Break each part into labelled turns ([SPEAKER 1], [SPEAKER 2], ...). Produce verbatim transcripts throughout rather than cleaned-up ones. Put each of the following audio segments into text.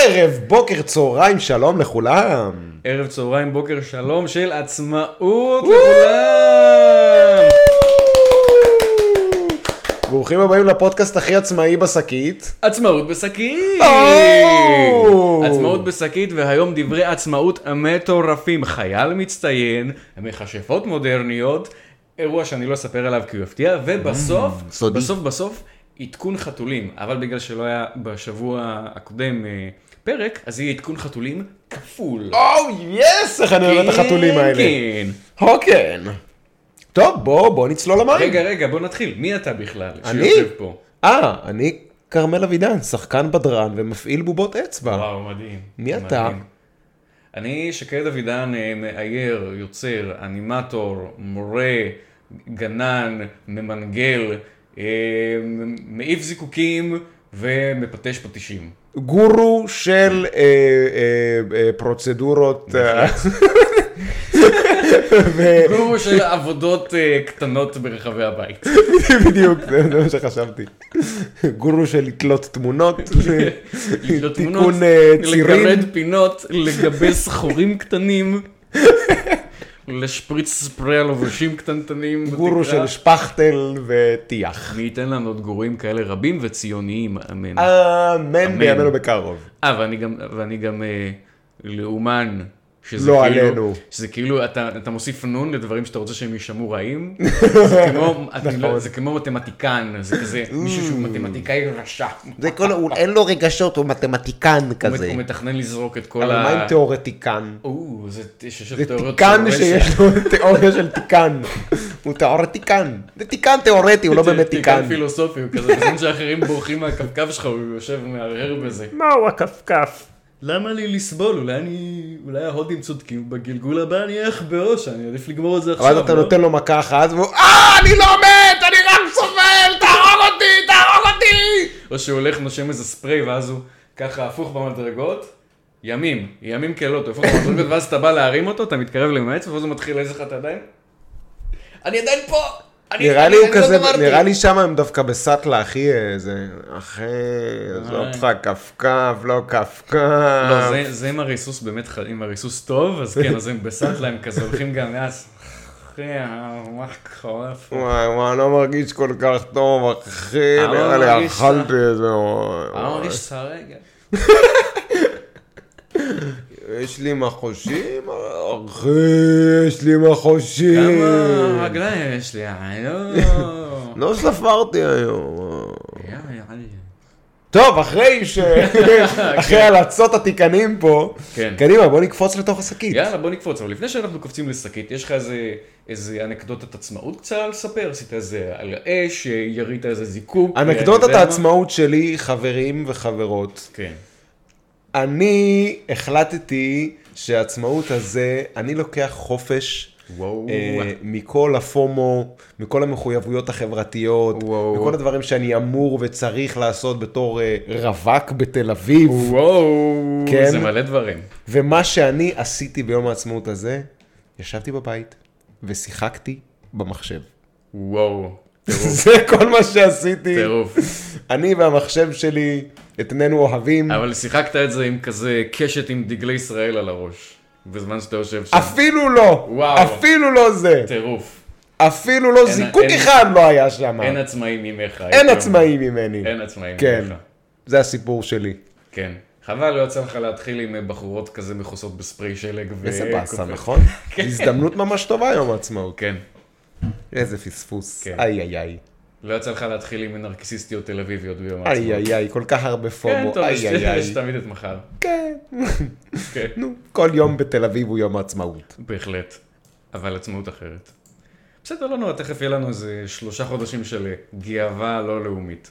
[SPEAKER 1] ערב, בוקר, צהריים, שלום לכולם.
[SPEAKER 2] ערב, צהריים, בוקר, שלום של עצמאות לכולם.
[SPEAKER 1] ברוכים הבאים לפודקאסט הכי עצמאי בשקית.
[SPEAKER 2] עצמאות בשקית. עצמאות בשקית, והיום דברי עצמאות מטורפים. חייל מצטיין, מכשפות מודרניות, אירוע שאני לא אספר עליו כי הוא הפתיע, ובסוף, בסוף, בסוף, עדכון חתולים. אבל בגלל שלא היה בשבוע הקודם פרק, אז יהיה עדכון חתולים כפול.
[SPEAKER 1] או, יס! איך אני אוהב את החתולים האלה.
[SPEAKER 2] כן.
[SPEAKER 1] הוקן. טוב, בוא, בוא נצלול למים.
[SPEAKER 2] רגע, רגע, בוא נתחיל. מי אתה בכלל?
[SPEAKER 1] אני?
[SPEAKER 2] שיושב פה.
[SPEAKER 1] אה, אני קרמל אבידן, שחקן בדרן ומפעיל בובות אצבע.
[SPEAKER 2] וואו, מדהים.
[SPEAKER 1] מי אתה?
[SPEAKER 2] מדהים. אני שקד אבידן, מאייר, יוצר, אנימטור, מורה, גנן, ממנגל, מעיף זיקוקים ומפטש פטישים.
[SPEAKER 1] גורו של אה, אה, אה, פרוצדורות.
[SPEAKER 2] גורו של עבודות קטנות ברחבי הבית.
[SPEAKER 1] בדיוק, זה מה שחשבתי. גורו של לתלות תמונות, תיקון צירים.
[SPEAKER 2] לגרד פינות, לגבס חורים קטנים, לשפריץ ספרי על עובשים קטנטנים.
[SPEAKER 1] גורו של שפכטל וטיח.
[SPEAKER 2] מי ייתן לנו עוד גורים כאלה רבים וציוניים, אמן.
[SPEAKER 1] אמן בימינו בקרוב.
[SPEAKER 2] אה, ואני גם, ואני גם אה, לאומן. שזה
[SPEAKER 1] לא
[SPEAKER 2] כאילו,
[SPEAKER 1] עלינו.
[SPEAKER 2] שזה כאילו, אתה, אתה מוסיף נון לדברים שאתה רוצה שהם יישמעו רעים. זה כמו, לא, זה כמו מתמטיקן, זה כזה, מישהו שהוא מתמטיקאי רשע.
[SPEAKER 1] זה כל, אין לו רגשות, הוא מתמטיקן כזה.
[SPEAKER 2] הוא מתכנן לזרוק את כל
[SPEAKER 1] אבל
[SPEAKER 2] ה...
[SPEAKER 1] מה עם תיאורטיקן?
[SPEAKER 2] או, זה שיש
[SPEAKER 1] זה
[SPEAKER 2] תיאוריות
[SPEAKER 1] תיקן
[SPEAKER 2] של
[SPEAKER 1] שיש לו תיאוריה של תיקן. הוא תיאורטיקן. זה תיקן תיאורטי, הוא לא באמת תיקן.
[SPEAKER 2] תיקן פילוסופי, הוא כזה, בזמן שאחרים בורחים מהקפקף שלך, הוא יושב מהרהר בזה.
[SPEAKER 1] מהו הקפקף?
[SPEAKER 2] למה לי לסבול? אולי אני, אולי ההודים צודקים, בגלגול הבא אני אכבוש, אני עדיף לגמור את זה עכשיו.
[SPEAKER 1] אבל אתה נותן לו מכה אחת, והוא, אה, אני לא מת, אני רק סובל, תהרוג אותי, תהרוג אותי!
[SPEAKER 2] או שהוא הולך נושם איזה ספרי, ואז הוא ככה הפוך במדרגות, ימים, ימים כאלות, הוא הפוך במדרגות, ואז אתה בא להרים אותו, אתה מתקרב למעץ, ואז הוא מתחיל להזיז לך את הידיים. אני עדיין פה!
[SPEAKER 1] נראה לי הוא כזה, נראה לי שם הם דווקא בסטלה, אחי, איזה, אחי, עזוב אותך, כפכף, לא כפכף.
[SPEAKER 2] לא, זה עם הריסוס באמת, עם הריסוס טוב, אז כן, אז הם בסטלה, הם כזה הולכים גם מאז, אחי, מה קורה פה?
[SPEAKER 1] וואי, וואי, אני לא מרגיש כל כך טוב, אחי, נראה לי אכלתי איזה, וואי.
[SPEAKER 2] אני מרגיש סרגע.
[SPEAKER 1] יש לי מחושים, אחי, יש לי מחושים.
[SPEAKER 2] כמה רגליים יש לי היום?
[SPEAKER 1] לא ספרתי היום. טוב, אחרי ש... אחרי הלצות התיקנים פה, קדימה, בוא נקפוץ לתוך השקית.
[SPEAKER 2] יאללה, בוא נקפוץ, אבל לפני שאנחנו קופצים לשקית, יש לך איזה אנקדוטת עצמאות קצרה לספר? עשית איזה על האש, ירית איזה זיקוק?
[SPEAKER 1] אנקדוטת העצמאות שלי, חברים וחברות.
[SPEAKER 2] כן.
[SPEAKER 1] אני החלטתי שהעצמאות הזה, אני לוקח חופש אה, מכל הפומו, מכל המחויבויות החברתיות, וואו. מכל הדברים שאני אמור וצריך לעשות בתור אה, רווק בתל אביב.
[SPEAKER 2] וואו,
[SPEAKER 1] כן?
[SPEAKER 2] זה מלא דברים.
[SPEAKER 1] ומה שאני עשיתי ביום העצמאות הזה, ישבתי בבית ושיחקתי במחשב.
[SPEAKER 2] וואו.
[SPEAKER 1] זה כל מה שעשיתי.
[SPEAKER 2] טירוף.
[SPEAKER 1] אני והמחשב שלי, אתננו אוהבים.
[SPEAKER 2] אבל שיחקת את זה עם כזה קשת עם דגלי ישראל על הראש. בזמן שאתה יושב שם.
[SPEAKER 1] אפילו לא.
[SPEAKER 2] וואו.
[SPEAKER 1] אפילו לא זה.
[SPEAKER 2] טירוף.
[SPEAKER 1] אפילו לא זיקוק אחד לא היה שם.
[SPEAKER 2] אין עצמאים ממך.
[SPEAKER 1] אין עצמאים ממני.
[SPEAKER 2] אין עצמאים ממך.
[SPEAKER 1] כן. זה הסיפור שלי.
[SPEAKER 2] כן. חבל לא יוצא לך להתחיל עם בחורות כזה מכוסות בספרי שלג.
[SPEAKER 1] איזה באסה, נכון? הזדמנות ממש טובה יום העצמאות.
[SPEAKER 2] כן.
[SPEAKER 1] איזה פספוס. איי איי איי.
[SPEAKER 2] לא יצא לך להתחיל עם נרקסיסטיות תל אביביות ביום העצמאות.
[SPEAKER 1] איי איי איי, כל כך הרבה פומו.
[SPEAKER 2] כן, טוב,
[SPEAKER 1] איי איי איי.
[SPEAKER 2] יש תמיד את מחר.
[SPEAKER 1] כן. נו, כל יום בתל אביב הוא יום העצמאות.
[SPEAKER 2] בהחלט. אבל עצמאות אחרת. בסדר, לא נורא, תכף יהיה לנו איזה שלושה חודשים של גאווה לא לאומית.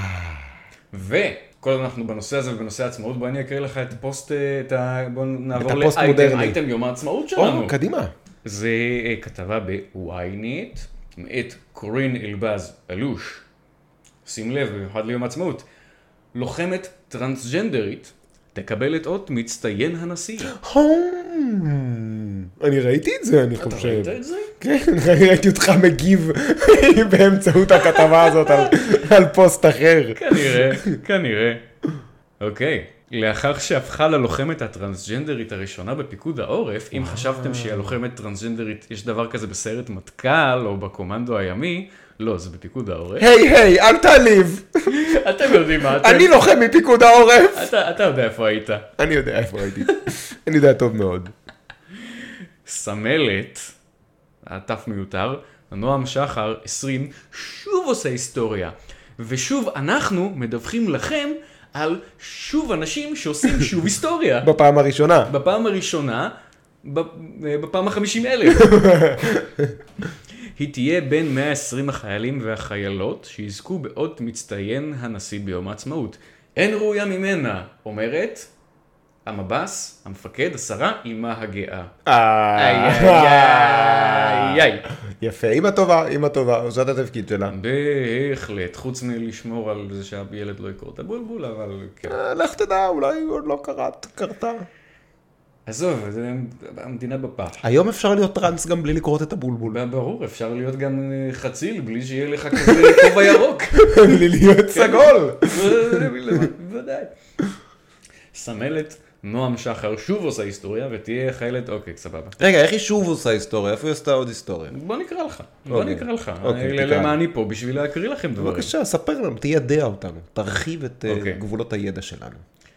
[SPEAKER 2] וכל עוד אנחנו בנושא הזה ובנושא העצמאות, בוא אני אקריא לך את הפוסט, את ה... בוא נעבור לאייטם, אייטם יום העצמאות שלנו.
[SPEAKER 1] או, קדימה.
[SPEAKER 2] זה כתבה בוויינט, מאת קורין אלבז אלוש. שים לב, במיוחד ליום העצמאות. לוחמת טרנסג'נדרית תקבל את אות מצטיין הנשיא.
[SPEAKER 1] אני ראיתי את זה, אני חושב.
[SPEAKER 2] אתה ראית את זה?
[SPEAKER 1] כן, ראיתי אותך מגיב באמצעות הכתבה הזאת על פוסט אחר.
[SPEAKER 2] כנראה, כנראה. אוקיי. לאחר שהפכה ללוחמת הטרנסג'נדרית הראשונה בפיקוד העורף, אם חשבתם שהיא הלוחמת טרנסג'נדרית, יש דבר כזה בסרט מטכ"ל או בקומנדו הימי, לא, זה בפיקוד העורף.
[SPEAKER 1] היי, היי, אל תעליב.
[SPEAKER 2] אתם יודעים מה אתם.
[SPEAKER 1] אני לוחם מפיקוד העורף.
[SPEAKER 2] אתה, אתה יודע איפה היית.
[SPEAKER 1] אני יודע איפה הייתי. אני יודע טוב מאוד.
[SPEAKER 2] סמלת, התף מיותר, נועם שחר עשרים, שוב עושה היסטוריה. ושוב אנחנו מדווחים לכם על שוב אנשים שעושים שוב היסטוריה.
[SPEAKER 1] בפעם הראשונה.
[SPEAKER 2] בפעם הראשונה, בפעם החמישים אלף. היא תהיה בין מאה ועשרים החיילים והחיילות שיזכו באות מצטיין הנשיא ביום העצמאות. אין ראויה ממנה, אומרת המבס, המפקד, השרה, אימה הגאה. איי, איי, איי.
[SPEAKER 1] יפה, אימא טובה, אימא טובה, זאת התפקיד שלה.
[SPEAKER 2] בהחלט, חוץ מלשמור על זה שהילד לא יקור את הבולבול, אבל כן.
[SPEAKER 1] לך תדע, אולי עוד לא קראת, קרתה.
[SPEAKER 2] עזוב, המדינה בפח.
[SPEAKER 1] היום אפשר להיות טרנס גם בלי לקרות את הבולבול.
[SPEAKER 2] ברור, אפשר להיות גם חציל, בלי שיהיה לך כזה כובע ירוק.
[SPEAKER 1] בלי להיות סגול.
[SPEAKER 2] בוודאי. סמלת נועם שחר שוב עושה היסטוריה, ותהיה חיילת, אוקיי, סבבה.
[SPEAKER 1] רגע, איך היא שוב עושה היסטוריה? איפה היא עשתה עוד היסטוריה?
[SPEAKER 2] בוא נקרא לך, בוא נקרא לך. למה אני פה? בשביל להקריא לכם דברים.
[SPEAKER 1] בבקשה, ספר לנו, תיידע אותנו. תרחיב את גבולות הידע שלנו.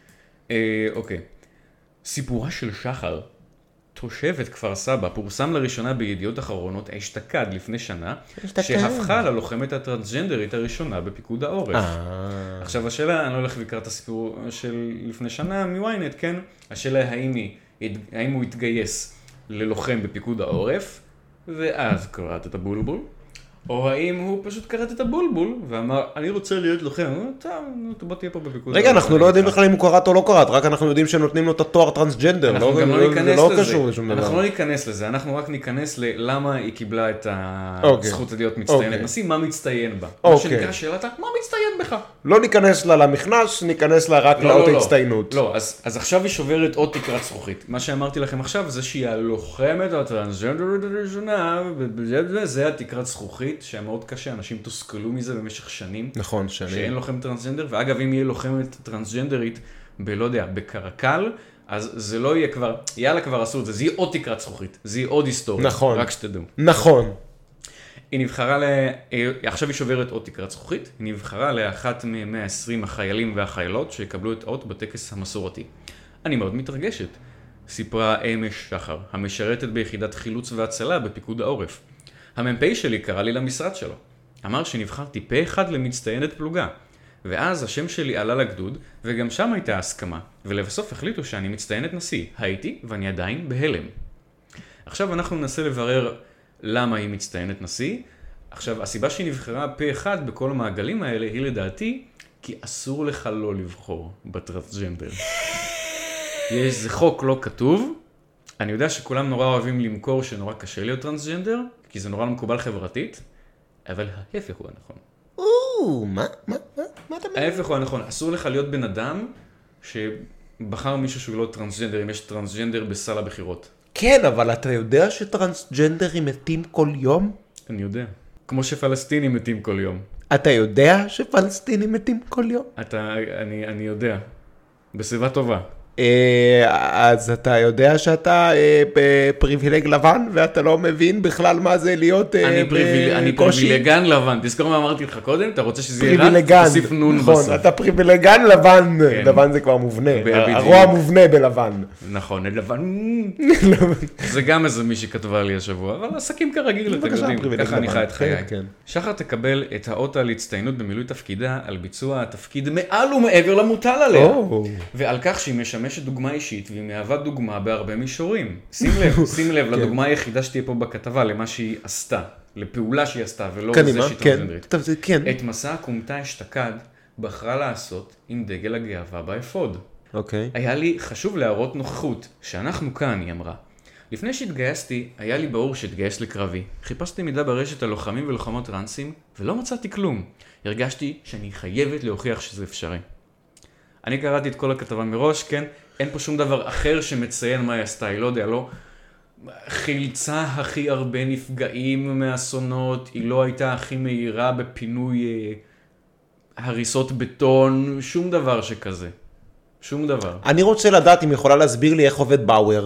[SPEAKER 2] אוקיי. סיפורה של שחר, תושבת כפר סבא, פורסם לראשונה בידיעות אחרונות אשתקד לפני שנה, שהפכה ללוחמת הטרנסג'נדרית הראשונה בפיקוד העורף. עכשיו השאלה, אני לא הולך לקרוא את הסיפור של לפני שנה מוויינט, כן? השאלה האם, היא, האם הוא התגייס ללוחם בפיקוד העורף, ואז קראת את הבולבול, או האם הוא פשוט קראת את הבולבול, ואמר, אני רוצה להיות לוחם, טוב, בוא תהיה פה בפיקוד.
[SPEAKER 1] רגע, אנחנו לא יודעים בכלל אם הוא קראת או לא קראת, רק אנחנו יודעים שנותנים לו את התואר טרנסג'נדר.
[SPEAKER 2] אנחנו גם לא ניכנס לזה, אנחנו לא ניכנס לזה, אנחנו רק ניכנס ללמה היא קיבלה את הזכות להיות מצטיינת. נשים מה מצטיין בה. מה שנקרא שאלתה, מה מצטיין בך?
[SPEAKER 1] לא ניכנס לה למכנס, ניכנס לה רק לאות ההצטיינות.
[SPEAKER 2] לא, אז עכשיו היא שוברת עוד תקרת זכוכית. מה שאמרתי לכם עכשיו זה שהיא הלוחמת הטרנסג'נדרית הראשונה, זה התקרת זכוכית שמאוד קשה, אנשים תוסכלו מזה במשך שנים.
[SPEAKER 1] נכון, שנים.
[SPEAKER 2] שאין לוחם טרנסג'נדר, ואגב, אם יהיה לוחמת טרנסג'נדרית, בלא יודע, בקרקל, אז זה לא יהיה כבר, יאללה כבר עשו את זה, זה יהיה עוד תקרת זכוכית, זה יהיה עוד היסטוריה.
[SPEAKER 1] נכון.
[SPEAKER 2] רק שתדעו.
[SPEAKER 1] נכון.
[SPEAKER 2] היא נבחרה ל... עכשיו היא שוברת עוד תקרת זכוכית, היא נבחרה לאחת מ-מאה ועשרים החיילים והחיילות שיקבלו את האות בטקס המסורתי. אני מאוד מתרגשת, סיפרה אמש שחר, המשרתת ביחידת חילוץ והצלה בפיקוד העורף. המ"פ שלי קרא לי למשרד שלו. אמר שנבחרתי פה אחד למצטיינת פלוגה. ואז השם שלי עלה לגדוד, וגם שם הייתה הסכמה. ולבסוף החליטו שאני מצטיינת נשיא. הייתי, ואני עדיין בהלם. עכשיו אנחנו ננסה לברר למה היא מצטיינת נשיא. עכשיו, הסיבה שהיא נבחרה פה אחד בכל המעגלים האלה היא לדעתי, כי אסור לך לא לבחור בטרנסג'נדר. יש זה חוק לא כתוב. אני יודע שכולם נורא אוהבים למכור שנורא קשה להיות טרנסג'נדר, כי זה נורא לא מקובל חברתית, אבל ההפך הוא הנכון.
[SPEAKER 1] או, מה? מה? מה? מה אתה אומר?
[SPEAKER 2] ההפך הוא הנכון. אסור לך להיות בן אדם שבחר מישהו שהוא לא טרנסג'נדר, אם יש טרנסג'נדר בסל הבחירות.
[SPEAKER 1] כן, אבל אתה יודע שטרנסג'נדרים מתים כל יום?
[SPEAKER 2] אני יודע. כמו שפלסטינים מתים כל יום.
[SPEAKER 1] אתה יודע שפלסטינים מתים כל יום?
[SPEAKER 2] אתה, אני, אני יודע. בסביבה טובה.
[SPEAKER 1] אז אתה יודע שאתה פריבילג לבן, ואתה לא מבין בכלל מה זה להיות בקושי.
[SPEAKER 2] אני פריבילגן לבן, תזכור מה אמרתי לך קודם, אתה רוצה שזה יהיה רק, תוסיף נון בסוף.
[SPEAKER 1] נכון, אתה פריבילגן לבן, לבן זה כבר מובנה, הרוע מובנה בלבן.
[SPEAKER 2] נכון, לבן, זה גם איזה מישהי כתבה לי השבוע, אבל עסקים כרגיל, אתם יודעים, ככה אני חי את חיי. שחר תקבל את האות על הצטיינות במילוי תפקידה, על ביצוע התפקיד מעל ומעבר למוטל עליה, ועל כך שהיא משמשת דוגמה אישית, והיא מהווה דוגמה בהרבה מישורים. שים לב, שים לב לדוגמה היחידה שתהיה פה בכתבה, למה שהיא עשתה, לפעולה שהיא עשתה, ולא לזה שהיא טרנסג'נדרית. את מסע הקומתה אשתקד בחרה לעשות עם דגל הגאווה באפוד.
[SPEAKER 1] אוקיי.
[SPEAKER 2] היה לי חשוב להראות נוכחות, שאנחנו כאן, היא אמרה. לפני שהתגייסתי, היה לי ברור שהתגייס לקרבי. חיפשתי מידע ברשת על לוחמים ולוחמות טרנסים, ולא מצאתי כלום. הרגשתי שאני חייבת להוכיח שזה אפשרי. אני קראתי את כל הכתבה מראש, כן? אין פה שום דבר אחר שמציין מה היא עשתה, היא לא יודע, לא חילצה הכי הרבה נפגעים מהאסונות, היא לא הייתה הכי מהירה בפינוי אה, הריסות בטון, שום דבר שכזה. שום דבר.
[SPEAKER 1] אני רוצה לדעת אם יכולה להסביר לי איך עובד באואר.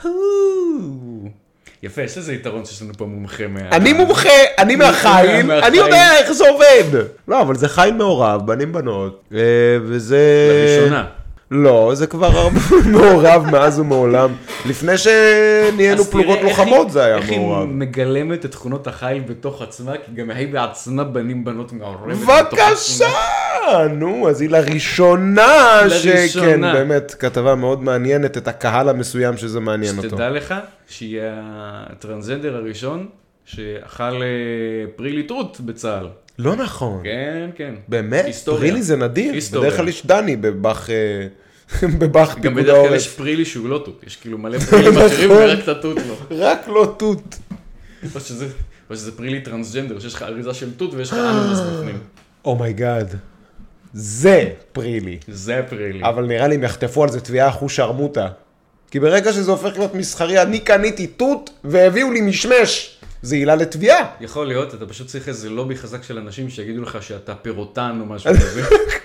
[SPEAKER 2] יפה, יש איזה יתרון שיש לנו פה מומחה מה...
[SPEAKER 1] אני מומחה, אני מהחיים, אני יודע איך זה עובד. לא, אבל זה חיים מעורב, בנים בנות. וזה...
[SPEAKER 2] לראשונה.
[SPEAKER 1] לא, זה כבר מעורב מאז ומעולם. לפני שנהיינו פלוגות לוחמות זה היה מעורב.
[SPEAKER 2] איך היא מגלמת את תכונות החיל בתוך עצמה, כי גם היא בעצמה בנים בנות מעורבת.
[SPEAKER 1] בבקשה! נו, אז היא לראשונה, שכן, באמת, כתבה מאוד מעניינת את הקהל המסוים שזה מעניין אותו.
[SPEAKER 2] שתדע לך שהיא הטרנסג'נדר הראשון שאכל פרי ליטרות בצה"ל.
[SPEAKER 1] לא נכון.
[SPEAKER 2] כן, כן.
[SPEAKER 1] באמת?
[SPEAKER 2] היסטוריה.
[SPEAKER 1] פרילי זה נדיר?
[SPEAKER 2] היסטוריה.
[SPEAKER 1] בדרך כלל יש דני בבח... בבח פיקוד
[SPEAKER 2] גם בדרך כלל יש פרילי שהוא לא תות. יש כאילו מלא פרילים אחרים ורק את התות לא.
[SPEAKER 1] רק לא תות.
[SPEAKER 2] או שזה, או שזה פרילי טרנסג'נדר, שיש לך אריזה של תות ויש לך אננס בפנים.
[SPEAKER 1] אומייגאד. זה פרילי.
[SPEAKER 2] זה פרילי.
[SPEAKER 1] אבל נראה לי הם יחטפו על זה תביעה אחוז שרמוטה. כי ברגע שזה הופך להיות מסחרי, אני קניתי תות והביאו לי משמש. זה עילה לתביעה.
[SPEAKER 2] יכול להיות, אתה פשוט צריך איזה לובי חזק של אנשים שיגידו לך שאתה פירוטן או משהו כזה.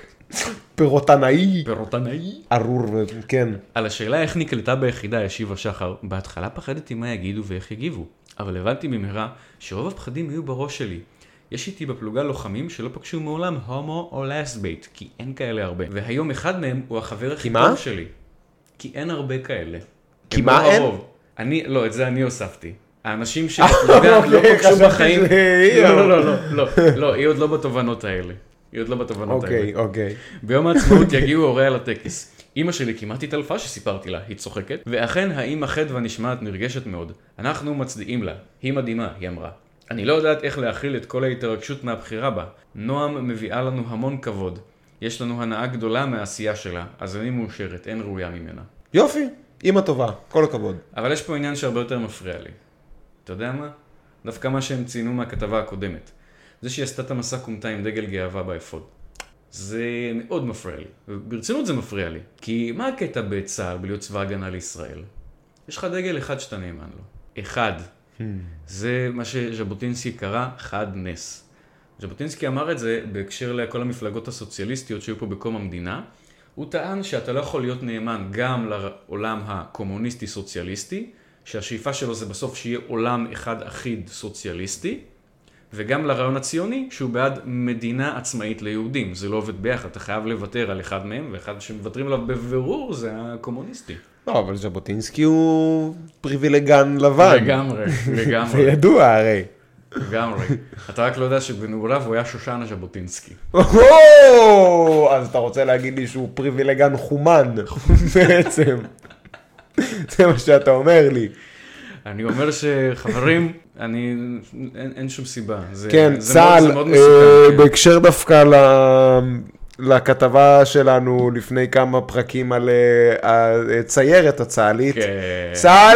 [SPEAKER 1] פירוטנאי.
[SPEAKER 2] פירוטנאי.
[SPEAKER 1] ארור, כן.
[SPEAKER 2] על השאלה איך נקלטה ביחידה ישיב השחר, בהתחלה פחדתי מה יגידו ואיך יגיבו, אבל הבנתי במהרה שרוב הפחדים היו בראש שלי. יש איתי בפלוגה לוחמים שלא פגשו מעולם הומו או לסבייט, כי אין כאלה הרבה. והיום אחד מהם הוא החבר הכי טוב שלי. כי אין הרבה כאלה.
[SPEAKER 1] כי מה אין?
[SPEAKER 2] אני, לא, את זה אני הוספתי. האנשים שבפלוגה לא פגשו בחיים... לא, לא, לא, לא, לא, היא עוד לא בתובנות האלה. היא עוד לא בתובנות האלה.
[SPEAKER 1] אוקיי, אוקיי.
[SPEAKER 2] ביום העצמאות יגיעו הורי על הטקס. אמא שלי כמעט התעלפה שסיפרתי לה, היא צוחקת, ואכן האמא חדווה נשמעת נרגשת מאוד. אנחנו מצדיעים לה. היא מדהימה, היא אמרה. אני לא יודעת איך להכיל את כל ההתרגשות מהבחירה בה. נועם מביאה לנו המון כבוד. יש לנו הנאה גדולה מהעשייה שלה, אז אני מאושרת, אין ראויה ממנה.
[SPEAKER 1] יופי, אמא טובה, כל הכבוד.
[SPEAKER 2] אבל יש פה עניין שהרבה יותר מפריע לי. אתה יודע מה? דווקא מה שהם ציינו מהכתבה הקודמת. זה שהיא עשתה את המסע קומתה עם דגל גאווה באפוד. זה מאוד מפריע לי. וברצינות זה מפריע לי. כי מה הקטע בצה"ל בלהיות צבא הגנה לישראל? יש לך דגל אחד שאתה נאמן לו. אחד. Hmm. זה מה שז'בוטינסקי קרא חד נס. ז'בוטינסקי אמר את זה בהקשר לכל המפלגות הסוציאליסטיות שהיו פה בקום המדינה. הוא טען שאתה לא יכול להיות נאמן גם לעולם הקומוניסטי-סוציאליסטי, שהשאיפה שלו זה בסוף שיהיה עולם אחד אחיד סוציאליסטי, וגם לרעיון הציוני שהוא בעד מדינה עצמאית ליהודים. זה לא עובד ביחד, אתה חייב לוותר על אחד מהם, ואחד שמוותרים עליו בבירור זה הקומוניסטי.
[SPEAKER 1] לא, אבל ז'בוטינסקי הוא פריבילגן לבן.
[SPEAKER 2] לגמרי, לגמרי.
[SPEAKER 1] זה ידוע הרי.
[SPEAKER 2] לגמרי. אתה רק לא יודע שבנעוריו הוא היה שושנה ז'בוטינסקי.
[SPEAKER 1] אז אתה רוצה להגיד לי שהוא פריבילגן חומן בעצם. זה מה שאתה אומר לי.
[SPEAKER 2] אני אומר שחברים, אני, אין, אין שום סיבה. זה,
[SPEAKER 1] כן,
[SPEAKER 2] זה
[SPEAKER 1] צהל,
[SPEAKER 2] מאוד, זה מאוד מסוכן,
[SPEAKER 1] אה, בהקשר דווקא ל... לכתבה שלנו לפני כמה פרקים על הציירת הצהלית.
[SPEAKER 2] כן.
[SPEAKER 1] צהל,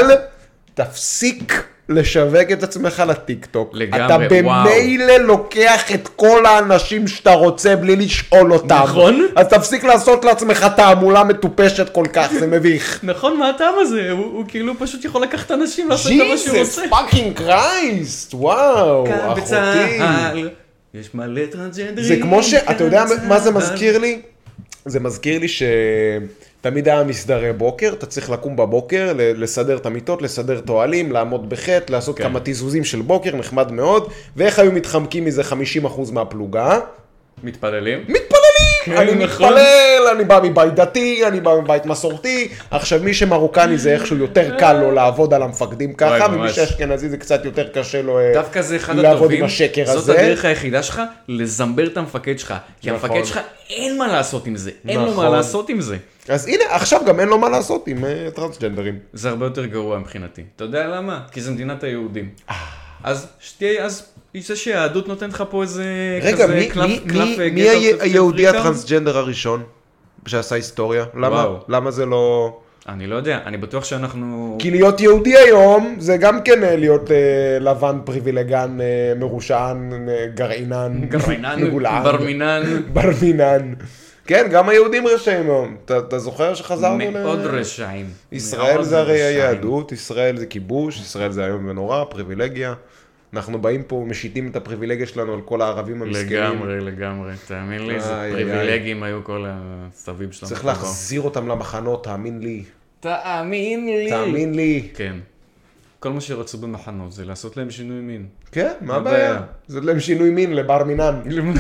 [SPEAKER 1] תפסיק לשווק את עצמך לטיקטוק.
[SPEAKER 2] לגמרי,
[SPEAKER 1] אתה במילא לוקח את כל האנשים שאתה רוצה בלי לשאול אותם.
[SPEAKER 2] נכון.
[SPEAKER 1] אז תפסיק לעשות לעצמך תעמולה מטופשת כל כך, זה מביך.
[SPEAKER 2] נכון, מה הטעם הזה? הוא, הוא כאילו פשוט יכול לקחת אנשים לעשות את מה שהוא רוצה.
[SPEAKER 1] Jesus fucking Christ, וואו, אחותי.
[SPEAKER 2] בצהל, יש מלא טרנסג'נדרים.
[SPEAKER 1] זה כמו ש... אתה יודע מה זה מזכיר לי? זה מזכיר לי שתמיד היה מסדרי בוקר, אתה צריך לקום בבוקר, לסדר את המיטות, לסדר תועלים, לעמוד בחטא, לעשות כמה תיזוזים של בוקר, נחמד מאוד, ואיך היו מתחמקים מזה חמישים אחוז מהפלוגה?
[SPEAKER 2] מתפללים?
[SPEAKER 1] מתפללים! אני מתפלל, אני בא מבית דתי, אני בא מבית מסורתי, עכשיו מי שמרוקני זה איכשהו יותר קל לו לעבוד על המפקדים ככה, ומי שאשכנזי זה קצת יותר קשה לו
[SPEAKER 2] דווקא זה אחד
[SPEAKER 1] לעבוד עם השקר הזה.
[SPEAKER 2] זאת הדרך היחידה שלך, לזמבר את המפקד שלך, כי המפקד שלך אין מה לעשות עם זה, אין לו מה לעשות עם זה.
[SPEAKER 1] אז הנה, עכשיו גם אין לו מה לעשות עם טרנסג'נדרים.
[SPEAKER 2] זה הרבה יותר גרוע מבחינתי. אתה יודע למה? כי זה מדינת היהודים. אז שתהיה, אז זה שהיהדות נותנת לך פה איזה
[SPEAKER 1] רגע, מי, מי, מי, מי היהודי הטרנסג'נדר הראשון שעשה היסטוריה? למה? למה זה לא...
[SPEAKER 2] אני לא יודע, אני בטוח שאנחנו...
[SPEAKER 1] כי להיות יהודי היום זה גם כן להיות אה, לבן פריבילגן, אה, מרושען, אה, גרעינן,
[SPEAKER 2] גרעינן, ברמינן.
[SPEAKER 1] ברמינן. כן, גם היהודים רשעים היום. אתה, אתה זוכר שחזרנו ל...
[SPEAKER 2] מאוד רשעים.
[SPEAKER 1] ישראל זה הרי היהדות, ישראל זה כיבוש, ישראל זה היום ונורא, פריבילגיה. אנחנו באים פה, משיתים את הפריבילגיה שלנו על כל הערבים המסכנים.
[SPEAKER 2] לגמרי, לגמרי. תאמין לי, זה פריבילגיים היו כל הסביב שלנו.
[SPEAKER 1] צריך להחזיר אותם למחנות, תאמין לי.
[SPEAKER 2] תאמין לי.
[SPEAKER 1] תאמין לי.
[SPEAKER 2] כן. כל מה שרצו במחנות זה לעשות להם שינוי מין.
[SPEAKER 1] כן, מה הבעיה? זה להם שינוי מין לבר מינן.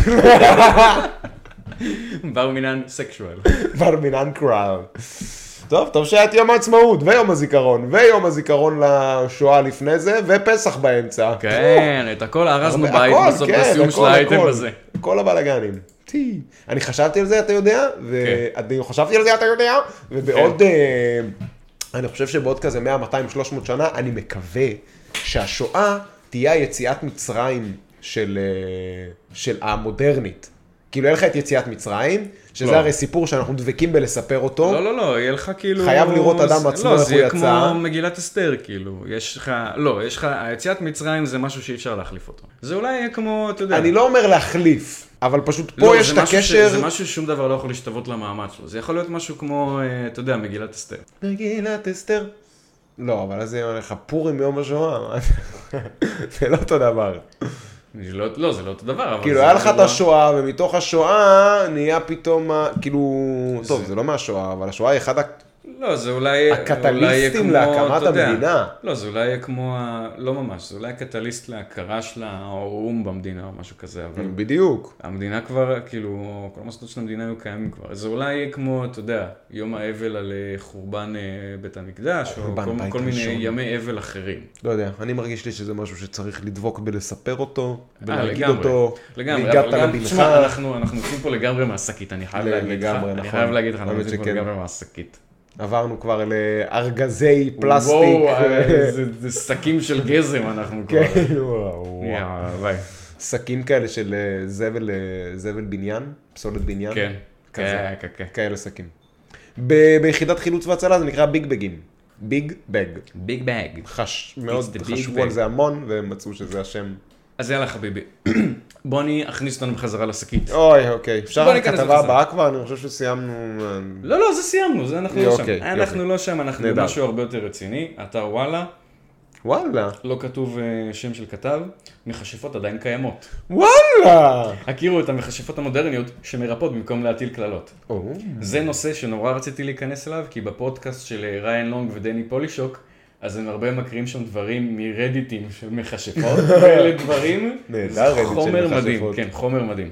[SPEAKER 2] בר מינן סקשואל.
[SPEAKER 1] בר מינן קראל. טוב, טוב שהיה את יום העצמאות ויום הזיכרון, ויום הזיכרון לשואה לפני זה, ופסח באמצע.
[SPEAKER 2] כן, את הכל הרסנו בית בסוף בסיום של האייטם הזה.
[SPEAKER 1] כל הבלגנים. אני חשבתי על זה, אתה יודע, ואני חשבתי על זה, אתה יודע, ובעוד, אני חושב שבעוד כזה מאה, מאתיים, שלוש מאות שנה, אני מקווה שהשואה תהיה היציאת מצרים של המודרנית. כאילו, יהיה לך את יציאת מצרים, שזה הרי סיפור שאנחנו דבקים בלספר אותו.
[SPEAKER 2] לא, לא, לא, יהיה לך כאילו...
[SPEAKER 1] חייב לראות אדם עצמו איך הוא יצא.
[SPEAKER 2] לא, זה יהיה כמו מגילת אסתר, כאילו. יש לך... לא, יש לך... היציאת מצרים זה משהו שאי אפשר להחליף אותו. זה אולי יהיה כמו, אתה יודע...
[SPEAKER 1] אני לא אומר להחליף, אבל פשוט פה יש את הקשר...
[SPEAKER 2] זה משהו ששום דבר לא יכול להשתוות למאמץ שלו. זה יכול להיות משהו כמו, אתה יודע, מגילת אסתר.
[SPEAKER 1] מגילת אסתר? לא, אבל אז זה יהיה לך פורים ביום השואה. זה לא אותו דבר.
[SPEAKER 2] לא, זה לא אותו דבר.
[SPEAKER 1] כאילו, היה לך את השואה, ומתוך השואה נהיה פתאום, כאילו, טוב, זה לא מהשואה, אבל השואה היא אחד
[SPEAKER 2] לא, זה אולי...
[SPEAKER 1] הקטליסטים להקמת המדינה.
[SPEAKER 2] לא, זה אולי כמו, לא ממש, זה אולי הקטליסט להכרה של האום במדינה או משהו כזה, אבל...
[SPEAKER 1] בדיוק.
[SPEAKER 2] המדינה כבר, כאילו, כל המוסדות של המדינה היו קיימים כבר. זה אולי כמו, אתה יודע, יום האבל על חורבן בית המקדש, או כל מיני ימי אבל אחרים.
[SPEAKER 1] לא יודע, אני מרגיש לי שזה משהו שצריך לדבוק בלספר אותו, ולהגיד אותו,
[SPEAKER 2] לגמרי, אבל גם, תשמע, אנחנו יוצאים פה לגמרי מהשקית, אני חייב להגיד לך, אני חייב להגיד לך, אנחנו יוצאים פה לגמרי מהשקית.
[SPEAKER 1] עברנו כבר לארגזי פלסטיק.
[SPEAKER 2] וואו, זה שקים של גזם אנחנו כבר.
[SPEAKER 1] כן, וואו.
[SPEAKER 2] ביי.
[SPEAKER 1] שקים כאלה של זבל בניין, פסולת בניין.
[SPEAKER 2] כן, כן, כן.
[SPEAKER 1] כאלה שקים. ביחידת חילוץ והצלה זה נקרא ביג בגים. ביג בג.
[SPEAKER 2] ביג בג.
[SPEAKER 1] מאוד חשבו על זה המון והם מצאו שזה השם.
[SPEAKER 2] אז יאללה חביבי, בוא אני אכניס אותנו בחזרה לשקית.
[SPEAKER 1] אוי, אוקיי. אפשר הכתבה הבאה כבר? אני חושב שסיימנו...
[SPEAKER 2] לא, לא, זה סיימנו, זה אנחנו לא שם. אנחנו לא שם, אנחנו במשהו הרבה יותר רציני. אתר וואלה.
[SPEAKER 1] וואלה.
[SPEAKER 2] לא כתוב שם של כתב, מכשפות עדיין קיימות.
[SPEAKER 1] וואלה!
[SPEAKER 2] הכירו את המכשפות המודרניות שמרפאות במקום להטיל כללות. זה נושא שנורא רציתי להיכנס אליו, כי בפודקאסט של ריין לונג ודני פולישוק, אז הם הרבה מקרים שם דברים מרדיטים של מכשפות, ואלה דברים, חומר מדהים, כן, חומר מדהים.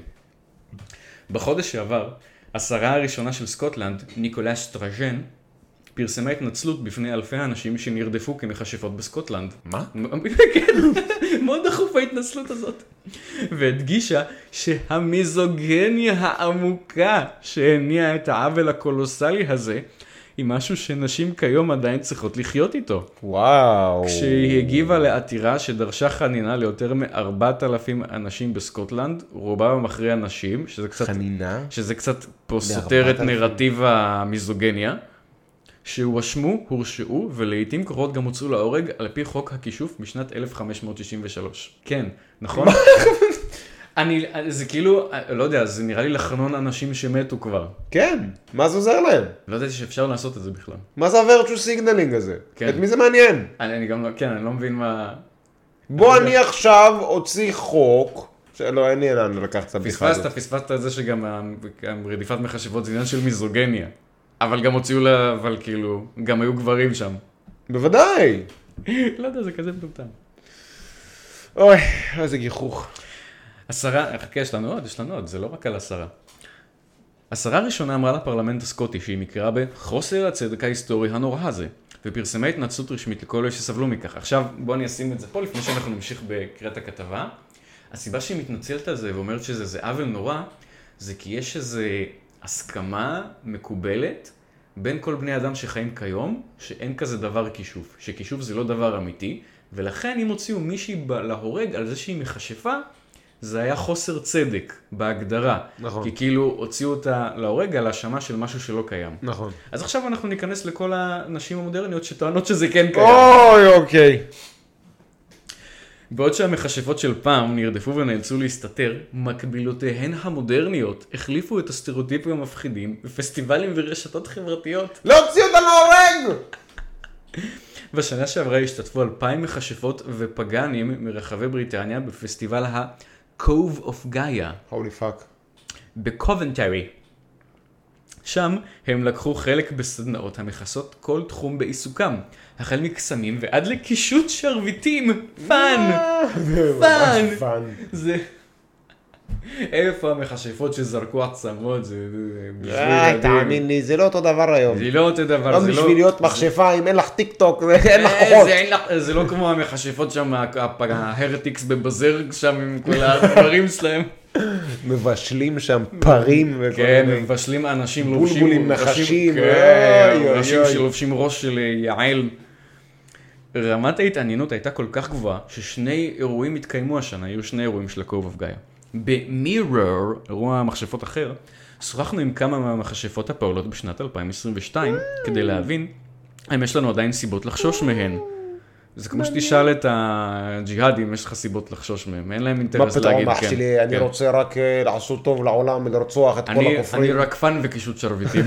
[SPEAKER 2] בחודש שעבר, השרה הראשונה של סקוטלנד, ניקולס סטראז'ן, פרסמה התנצלות בפני אלפי האנשים שנרדפו כמכשפות בסקוטלנד.
[SPEAKER 1] מה?
[SPEAKER 2] כן, מאוד דחוף ההתנצלות הזאת. והדגישה שהמיזוגניה העמוקה שהניעה את העוול הקולוסלי הזה, היא משהו שנשים כיום עדיין צריכות לחיות איתו.
[SPEAKER 1] וואו.
[SPEAKER 2] כשהיא הגיבה לעתירה שדרשה חנינה ליותר מ-ארבעת אלפים אנשים בסקוטלנד, רובם המכריע נשים, שזה קצת...
[SPEAKER 1] חנינה?
[SPEAKER 2] שזה קצת פה סותר את נרטיב המיזוגניה, שהואשמו, הורשעו, ולעיתים קרובות גם הוצאו להורג על פי חוק הכישוף משנת אלף חמש מאות שישים ושלוש. כן, נכון? אני, זה כאילו, לא יודע, זה נראה לי לחנון אנשים שמתו כבר.
[SPEAKER 1] כן, מה זה עוזר להם?
[SPEAKER 2] לא ידעתי שאפשר לעשות את זה בכלל.
[SPEAKER 1] מה זה ה-virtue signaling הזה? כן. את מי זה מעניין?
[SPEAKER 2] אני, אני גם לא, כן, אני לא מבין מה...
[SPEAKER 1] בוא אני עכשיו הוציא חוק, שלא, אין לי לאן לקחת את הבדיחה הזאת.
[SPEAKER 2] פספסת, פספסת את זה שגם רדיפת מכשפות זה עניין של מיזוגניה. אבל גם הוציאו לה, אבל כאילו, גם היו גברים שם.
[SPEAKER 1] בוודאי.
[SPEAKER 2] לא יודע, זה כזה מטומטם.
[SPEAKER 1] אוי, איזה גיחוך.
[SPEAKER 2] השרה, חכה, יש לנו עוד, יש לנו עוד, זה לא רק על השרה. השרה הראשונה אמרה לפרלמנט הסקוטי שהיא מכירה בחוסר הצדק ההיסטורי הנורא הזה, ופרסמה התנצלות רשמית לכל אלה שסבלו מכך. עכשיו בוא אני אשים את זה פה לפני שאנחנו נמשיך בקריאת הכתבה. הסיבה שהיא מתנצלת על זה ואומרת שזה זה עוול נורא, זה כי יש איזו הסכמה מקובלת בין כל בני אדם שחיים כיום, שאין כזה דבר כישוף, שכישוף זה לא דבר אמיתי, ולכן אם הוציאו מישהי להורג על זה שהיא מכשפה, זה היה חוסר צדק בהגדרה.
[SPEAKER 1] נכון.
[SPEAKER 2] כי כאילו הוציאו אותה להורג על האשמה של משהו שלא קיים.
[SPEAKER 1] נכון.
[SPEAKER 2] אז עכשיו אנחנו ניכנס לכל הנשים המודרניות שטוענות שזה כן קיים.
[SPEAKER 1] אוי, אוקיי.
[SPEAKER 2] בעוד שהמכשפות של פעם נרדפו ונאלצו להסתתר, מקבילותיהן המודרניות החליפו את הסטריאוטיפים המפחידים בפסטיבלים ורשתות חברתיות.
[SPEAKER 1] להוציא אותה להורג!
[SPEAKER 2] בשנה שעברה השתתפו אלפיים מכשפות ופגנים מרחבי בריטניה בפסטיבל ה-Cove of Gaia.
[SPEAKER 1] Holy fuck.
[SPEAKER 2] בקובנטרי. שם הם לקחו חלק בסדנאות המכסות כל תחום בעיסוקם, החל מקסמים ועד לקישוט שרביטים. פאן! פאן! זה... איפה המכשפות שזרקו עצמות, זה...
[SPEAKER 1] תאמין לי, זה לא אותו דבר היום.
[SPEAKER 2] זה לא אותו דבר.
[SPEAKER 1] לא בשביל להיות מכשפה, אם אין לך טיק טוק, אין לך כוחות.
[SPEAKER 2] זה לא כמו המכשפות שם, ההרטיקס בבזרג שם עם כל הדברים שלהם.
[SPEAKER 1] מבשלים שם פרים.
[SPEAKER 2] כן, מבשלים אנשים לובשים.
[SPEAKER 1] בולבולים נחשים.
[SPEAKER 2] אנשים שלובשים ראש של יעל. רמת ההתעניינות הייתה כל כך גבוהה, ששני אירועים התקיימו השנה, היו שני אירועים של ה-Cove of Gaia. במירור, אירוע המכשפות אחר, שוחחנו עם כמה מהמכשפות הפעולות בשנת אלפיים עשרים ושתיים, כדי להבין אם יש לנו עדיין סיבות לחשוש מהן. זה כמו שתשאל את הג'יהאדים, יש לך סיבות לחשוש מהם, אין להם אינטרס להגיד כן.
[SPEAKER 1] מה פתאום, אח שלי, אני רוצה רק לעשות טוב לעולם ולרצוח את כל הכופרים.
[SPEAKER 2] אני רק פן וקישוט שרביטים.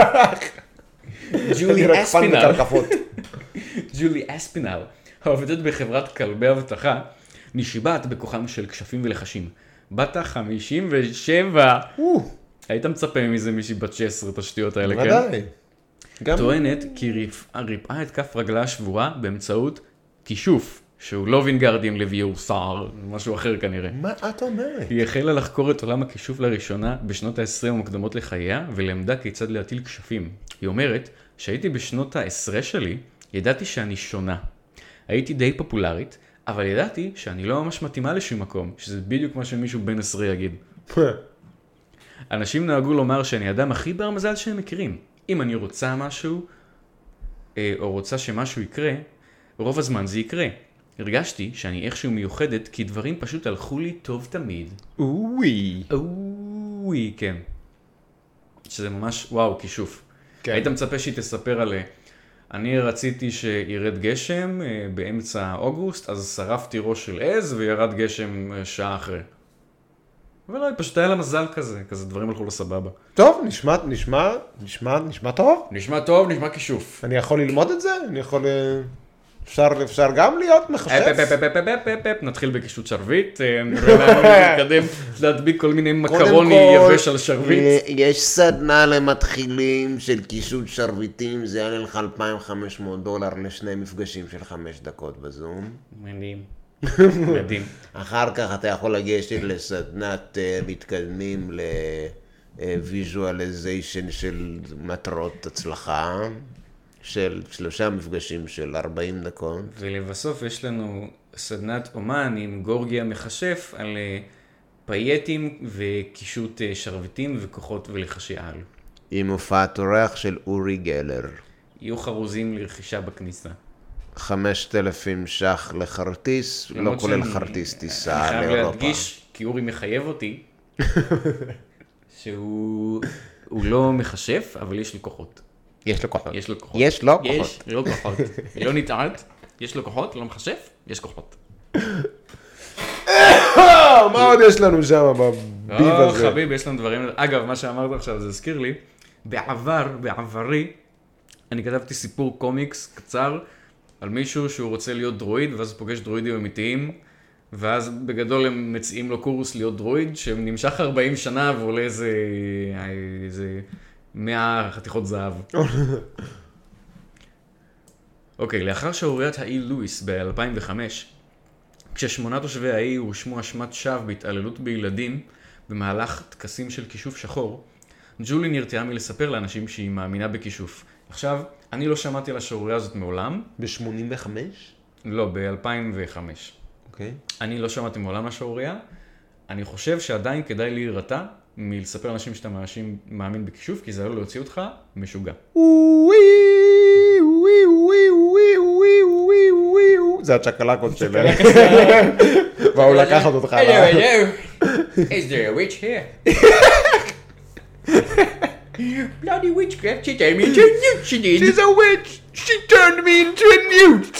[SPEAKER 1] ג'ולי אספינל.
[SPEAKER 2] ג'ולי אספינל, העובדת בחברת כלבי אבטחה, נשיבת בכוחם של כשפים ולחשים. בת ה-חמישים ושבע. היית מצפה מזה מישהי בת שש עשרה את השטויות האלה, כן?
[SPEAKER 1] ודאי.
[SPEAKER 2] טוענת כי ריפאה את כף רגלה השבורה באמצעות כישוף, שהוא לא וינגרדים לביור סער, משהו אחר כנראה.
[SPEAKER 1] מה את אומרת?
[SPEAKER 2] היא החלה לחקור את עולם הכישוף לראשונה בשנות ה-עשרים המוקדמות לחייה, ולמדה כיצד להטיל כשפים. היא אומרת שהייתי בשנות ה-עשרה שלי, ידעתי שאני שונה. הייתי די פופולרית, אבל ידעתי שאני לא ממש מתאימה לשום מקום, שזה בדיוק מה שמישהו בן עשרה יגיד. אנשים נהגו לומר שאני האדם הכי בר מזל שהם מכירים. אם אני רוצה משהו, או רוצה שמשהו יקרה, רוב הזמן זה יקרה. הרגשתי שאני איכשהו מיוחדת, כי דברים פשוט הלכו לי טוב תמיד.
[SPEAKER 1] אוי.
[SPEAKER 2] אוי, כן. שזה ממש, וואו, כישוף. כן. היית מצפה שהיא תספר עליה. אני רציתי שירד גשם באמצע אוגוסט, אז שרפתי ראש של עז וירד גשם שעה אחרי. ולא, פשוט היה לה מזל כזה, כזה דברים הלכו לסבבה.
[SPEAKER 1] טוב, נשמע, נשמע, נשמע, נשמע טוב.
[SPEAKER 2] נשמע טוב, נשמע כישוף.
[SPEAKER 1] אני יכול ללמוד את זה? אני יכול... אפשר, אפשר גם להיות מחשב?
[SPEAKER 2] נתחיל בקישוט שרביט, נראה לנו להתקדם, להדביק כל מיני מקרוני יבש על שרביט.
[SPEAKER 1] יש סדנה למתחילים של קישוט שרביטים, זה יעלה לך אלפיים וחמש מאות דולר לשני מפגשים של חמש דקות בזום.
[SPEAKER 2] מדהים. מדהים.
[SPEAKER 1] אחר כך אתה יכול לגשת לסדנת מתקדמים לוויזואליזיישן של מטרות הצלחה. של שלושה מפגשים של ארבעים דקות.
[SPEAKER 2] ולבסוף יש לנו סדנת אומן עם גורגיה מחשף על פייטים וקישוט שרביטים וכוחות ולחשי על.
[SPEAKER 1] עם הופעת אורח של אורי גלר.
[SPEAKER 2] יהיו חרוזים לרכישה בכניסה.
[SPEAKER 1] חמשת אלפים שח לחרטיס, לא כולל חרטיס טיסה לאירופה.
[SPEAKER 2] אני חייב להדגיש, כי אורי מחייב אותי, שהוא לא מחשף, אבל יש לי כוחות.
[SPEAKER 1] יש לו כוחות.
[SPEAKER 2] יש לו כוחות.
[SPEAKER 1] יש לו כוחות.
[SPEAKER 2] יש לו כוחות. לא נטעד, יש לו כוחות, לא מחשף, יש כוחות.
[SPEAKER 1] מה עוד יש לנו שם בביב הזה?
[SPEAKER 2] חביב, יש לנו דברים... אגב, מה שאמרת עכשיו זה הזכיר לי, בעבר, בעברי, אני כתבתי סיפור קומיקס קצר על מישהו שהוא רוצה להיות דרואיד, ואז הוא פוגש דרואידים אמיתיים, ואז בגדול הם מציעים לו קורס להיות דרואיד, שנמשך ארבעים שנה ועולה איזה... איזה... מאה חתיכות זהב. אוקיי, לאחר שעוריית האי לואיס ב-אלפיים וחמש, כששמונה תושבי האי הושמו אשמת שווא בהתעללות בילדים במהלך טקסים של כישוף שחור, ג'ולי נרתעה מלספר לאנשים שהיא מאמינה בכישוף. עכשיו, אני לא שמעתי על השעוריה הזאת מעולם.
[SPEAKER 1] ב-שמונים וחמש?
[SPEAKER 2] לא, ב-אלפיים וחמש.
[SPEAKER 1] אוקיי.
[SPEAKER 2] אני לא שמעתי מעולם השעוריה. אני חושב שעדיין כדאי להירתע מלספר לאנשים שאתה מאשים, מאמין בכישוף, כי זה לא להוציא אותך משוגע.
[SPEAKER 1] זה הצ'קלקות שלהם. והוא לקחת אותך.
[SPEAKER 2] Hello, hello. Is there a witch here? Bloody witchcraft, she turned me into a newt, she did.
[SPEAKER 1] She's a witch. She turned me into a newt.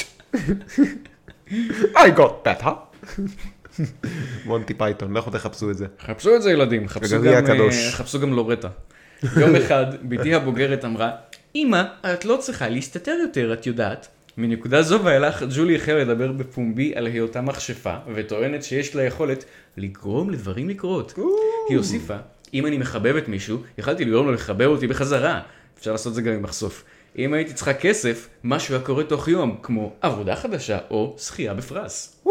[SPEAKER 1] I got better. מונטי פייתון, לכו תחפשו את זה.
[SPEAKER 2] חפשו את זה ילדים, חפשו גם, חפשו גם לורטה. יום אחד, ביתי הבוגרת אמרה, אמא, את לא צריכה להסתתר יותר, את יודעת. מנקודה זו ואילך, ג'ולי החלה לדבר בפומבי על היותה מכשפה, וטוענת שיש לה יכולת לגרום לדברים לקרות. היא הוסיפה, אם אני מחבבת מישהו, יכלתי לגרום לו לחבב אותי בחזרה. אפשר לעשות זה גם עם מחשוף. אם הייתי צריכה כסף, משהו היה קורה תוך יום, כמו עבודה חדשה או שחייה בפרס.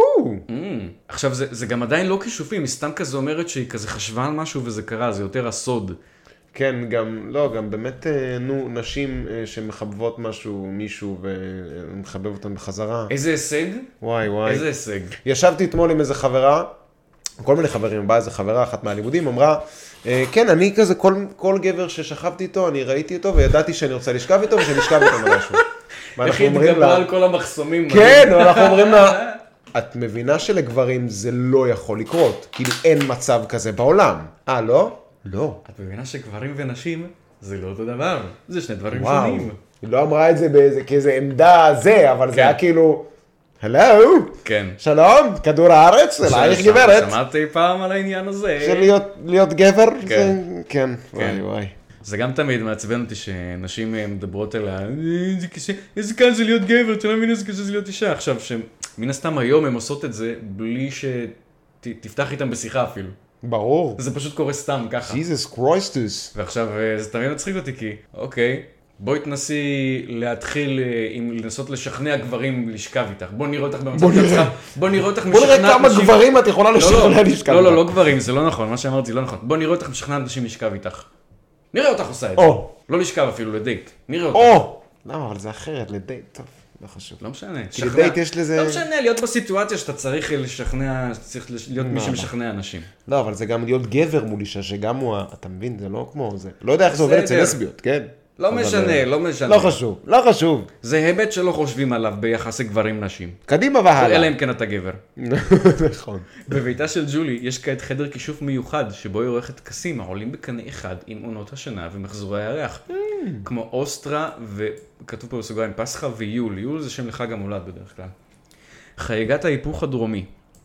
[SPEAKER 2] עכשיו, זה גם עדיין לא כישופים, היא סתם כזה אומרת שהיא כזה חשבה על משהו וזה קרה, זה יותר הסוד.
[SPEAKER 1] כן, גם, לא, גם באמת, נו, נשים שמחבבות משהו, מישהו, ומחבב אותם בחזרה.
[SPEAKER 2] איזה הישג?
[SPEAKER 1] וואי, וואי.
[SPEAKER 2] איזה הישג.
[SPEAKER 1] ישבתי אתמול עם איזה חברה, כל מיני חברים, באה איזה חברה, אחת מהלימודים, אמרה, כן, אני כזה, כל, כל גבר ששכבתי איתו, אני ראיתי אותו, וידעתי שאני רוצה לשכב איתו, ושנשכב איתו משהו.
[SPEAKER 2] איך היא התגברה על כל המחסומים?
[SPEAKER 1] כן, אנחנו אומרים לה, את מבינה שלגברים זה לא יכול לקרות, כאילו אין מצב כזה בעולם. אה, לא? לא.
[SPEAKER 2] את מבינה שגברים ונשים זה לא אותו דבר, זה שני דברים
[SPEAKER 1] וואו.
[SPEAKER 2] שונים.
[SPEAKER 1] היא לא אמרה את זה באיזה, כאיזה עמדה זה, אבל כן. זה היה כאילו, הלו,
[SPEAKER 2] כן.
[SPEAKER 1] שלום, כדור הארץ, אלייך גברת.
[SPEAKER 2] שמעתי פעם על העניין הזה.
[SPEAKER 1] של להיות, להיות גבר?
[SPEAKER 2] כן.
[SPEAKER 1] זה, כן, וואי וואי.
[SPEAKER 2] זה גם תמיד מעצבן אותי שנשים מדברות על ה... איזה קשה, איזה קל זה להיות גבר, אתה לא מבין איזה קשה זה להיות אישה. עכשיו, שמן הסתם היום הן עושות את זה בלי שתפתח איתם בשיחה אפילו.
[SPEAKER 1] ברור.
[SPEAKER 2] זה פשוט קורה סתם ככה.
[SPEAKER 1] Jesus Christus.
[SPEAKER 2] ועכשיו, זה תמיד מצחיק אותי כי, אוקיי, בואי תנסי להתחיל עם לנסות לשכנע גברים לשכב איתך. בוא נראה אותך במצב שלך. בוא נראה אותך משכנעת
[SPEAKER 1] נשים. בוא נראה כמה גברים את יכולה לשכנע לשכב איתך.
[SPEAKER 2] לא, לא, לא גברים, זה לא נכון. מה שאמרתי זה לא נכון. בוא נראה אותך משכנעת נשים לשכב איתך. נראה אותך עושה את זה. לא לשכב אפילו לדייט. נראה אותך.
[SPEAKER 1] או! למה, אבל זה אחרת, לדייט, טוב. לא חשוב.
[SPEAKER 2] לא משנה.
[SPEAKER 1] כי לדייט יש לזה...
[SPEAKER 2] לא משנה, להיות בסיטואציה שאתה צריך לשכנע, צריך להיות מי שמשכנע אנשים.
[SPEAKER 1] לא, אבל זה גם להיות גבר מול אישה, שגם הוא, אתה מבין, זה לא כמו זה. לא יודע איך זה עובד אצל לסביות, כן?
[SPEAKER 2] לא משנה, לא משנה.
[SPEAKER 1] לא חשוב, לא חשוב.
[SPEAKER 2] זה היבט שלא חושבים עליו ביחסי גברים נשים.
[SPEAKER 1] קדימה והלאה.
[SPEAKER 2] אלא אם כן אתה גבר.
[SPEAKER 1] נכון.
[SPEAKER 2] בביתה של ג'ולי יש כעת חדר כישוף מיוחד, שבו היא עורכת טקסים העולים בקנה אחד עם עונות השנה ומחזורי הירח. כמו אוסטרה, וכתוב פה בסוגריים פסחא ויול. יול זה שם לחג המולד בדרך כלל. חגיגת ההיפוך הדרומי.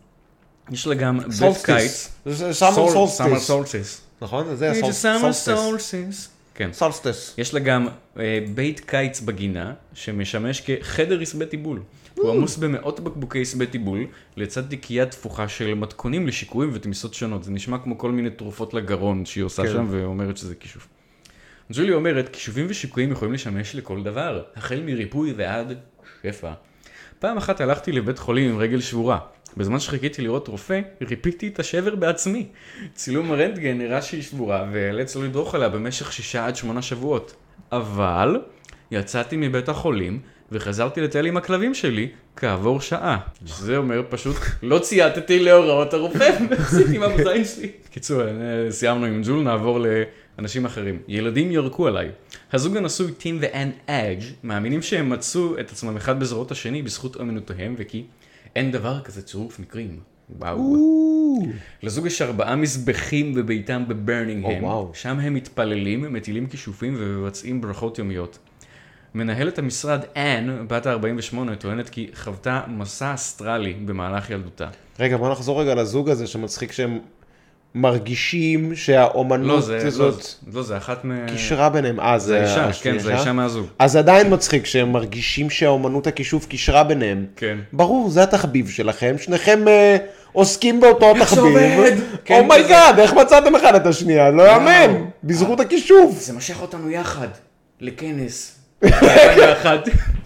[SPEAKER 2] יש לה גם בית קיץ.
[SPEAKER 1] סאמר
[SPEAKER 2] סולסטיס.
[SPEAKER 1] נכון? זה
[SPEAKER 2] סולסטיס. כן.
[SPEAKER 1] סולסטיס.
[SPEAKER 2] יש לה גם אה, בית קיץ בגינה, שמשמש כחדר עשבי טיבול. הוא עמוס במאות בקבוקי עשבי טיבול, לצד תיקייה תפוחה של מתכונים לשיקויים ותמיסות שונות. זה נשמע כמו כל מיני תרופות לגרון שהיא עושה כן. שם, ואומרת שזה כישוף. ג'ולי אומרת, כישובים ושיקויים יכולים לשמש לכל דבר, החל מריפוי ועד שפע. פעם אחת הלכתי לבית חולים עם רגל שבורה. בזמן שחיכיתי לראות רופא, ריפיתי את השבר בעצמי. צילום הרנטגן נראה שהיא שבורה, והאלץ לא לדרוך עליה במשך שישה עד שמונה שבועות. אבל יצאתי מבית החולים, וחזרתי לטייל עם הכלבים שלי כעבור שעה. שזה אומר פשוט, לא צייתתי להוראות הרופא, ועשיתי מה בזין שלי. קיצור, סיימנו עם ג'ול, נעבור לאנשים אחרים. ילדים ירקו עליי. הזוג הנשוי טים ואן אג' מאמינים שהם מצאו את עצמם אחד בזרועות השני בזכות אמינותיהם, וכי אין דבר כזה צירוף מקרים. וואו. לזוג יש ארבעה מזבחים בביתם בברנינגהם. שם הם מתפללים, מטילים כישופים ומבצעים ברכות יומיות. מנהלת המשרד אן, בת ה-ארבעים ושמונה, טוענת כי חוותה מסע אסטרלי במהלך ילדותה.
[SPEAKER 1] רגע, בוא נחזור רגע לזוג הזה שמצחיק שהם מרגישים שהאומנות
[SPEAKER 2] לא, זה,
[SPEAKER 1] הזאת...
[SPEAKER 2] לא, לא, זה אחת מ...
[SPEAKER 1] קישרה ביניהם. אה,
[SPEAKER 2] זה אישה, כן, זה אישה מהזוג.
[SPEAKER 1] אז עדיין מצחיק שהם מרגישים שהאומנות הכישוף קישרה ביניהם.
[SPEAKER 2] כן.
[SPEAKER 1] ברור, זה התחביב שלכם, שניכם אה, עוסקים באותו
[SPEAKER 2] איך
[SPEAKER 1] התחביב.
[SPEAKER 2] איך זה עובד?
[SPEAKER 1] אומייגאד, איך מצאתם אחד את השנייה? לא יאמן, בזכות הכישוף.
[SPEAKER 2] זה משך אותנו יחד, לכנס. יחד.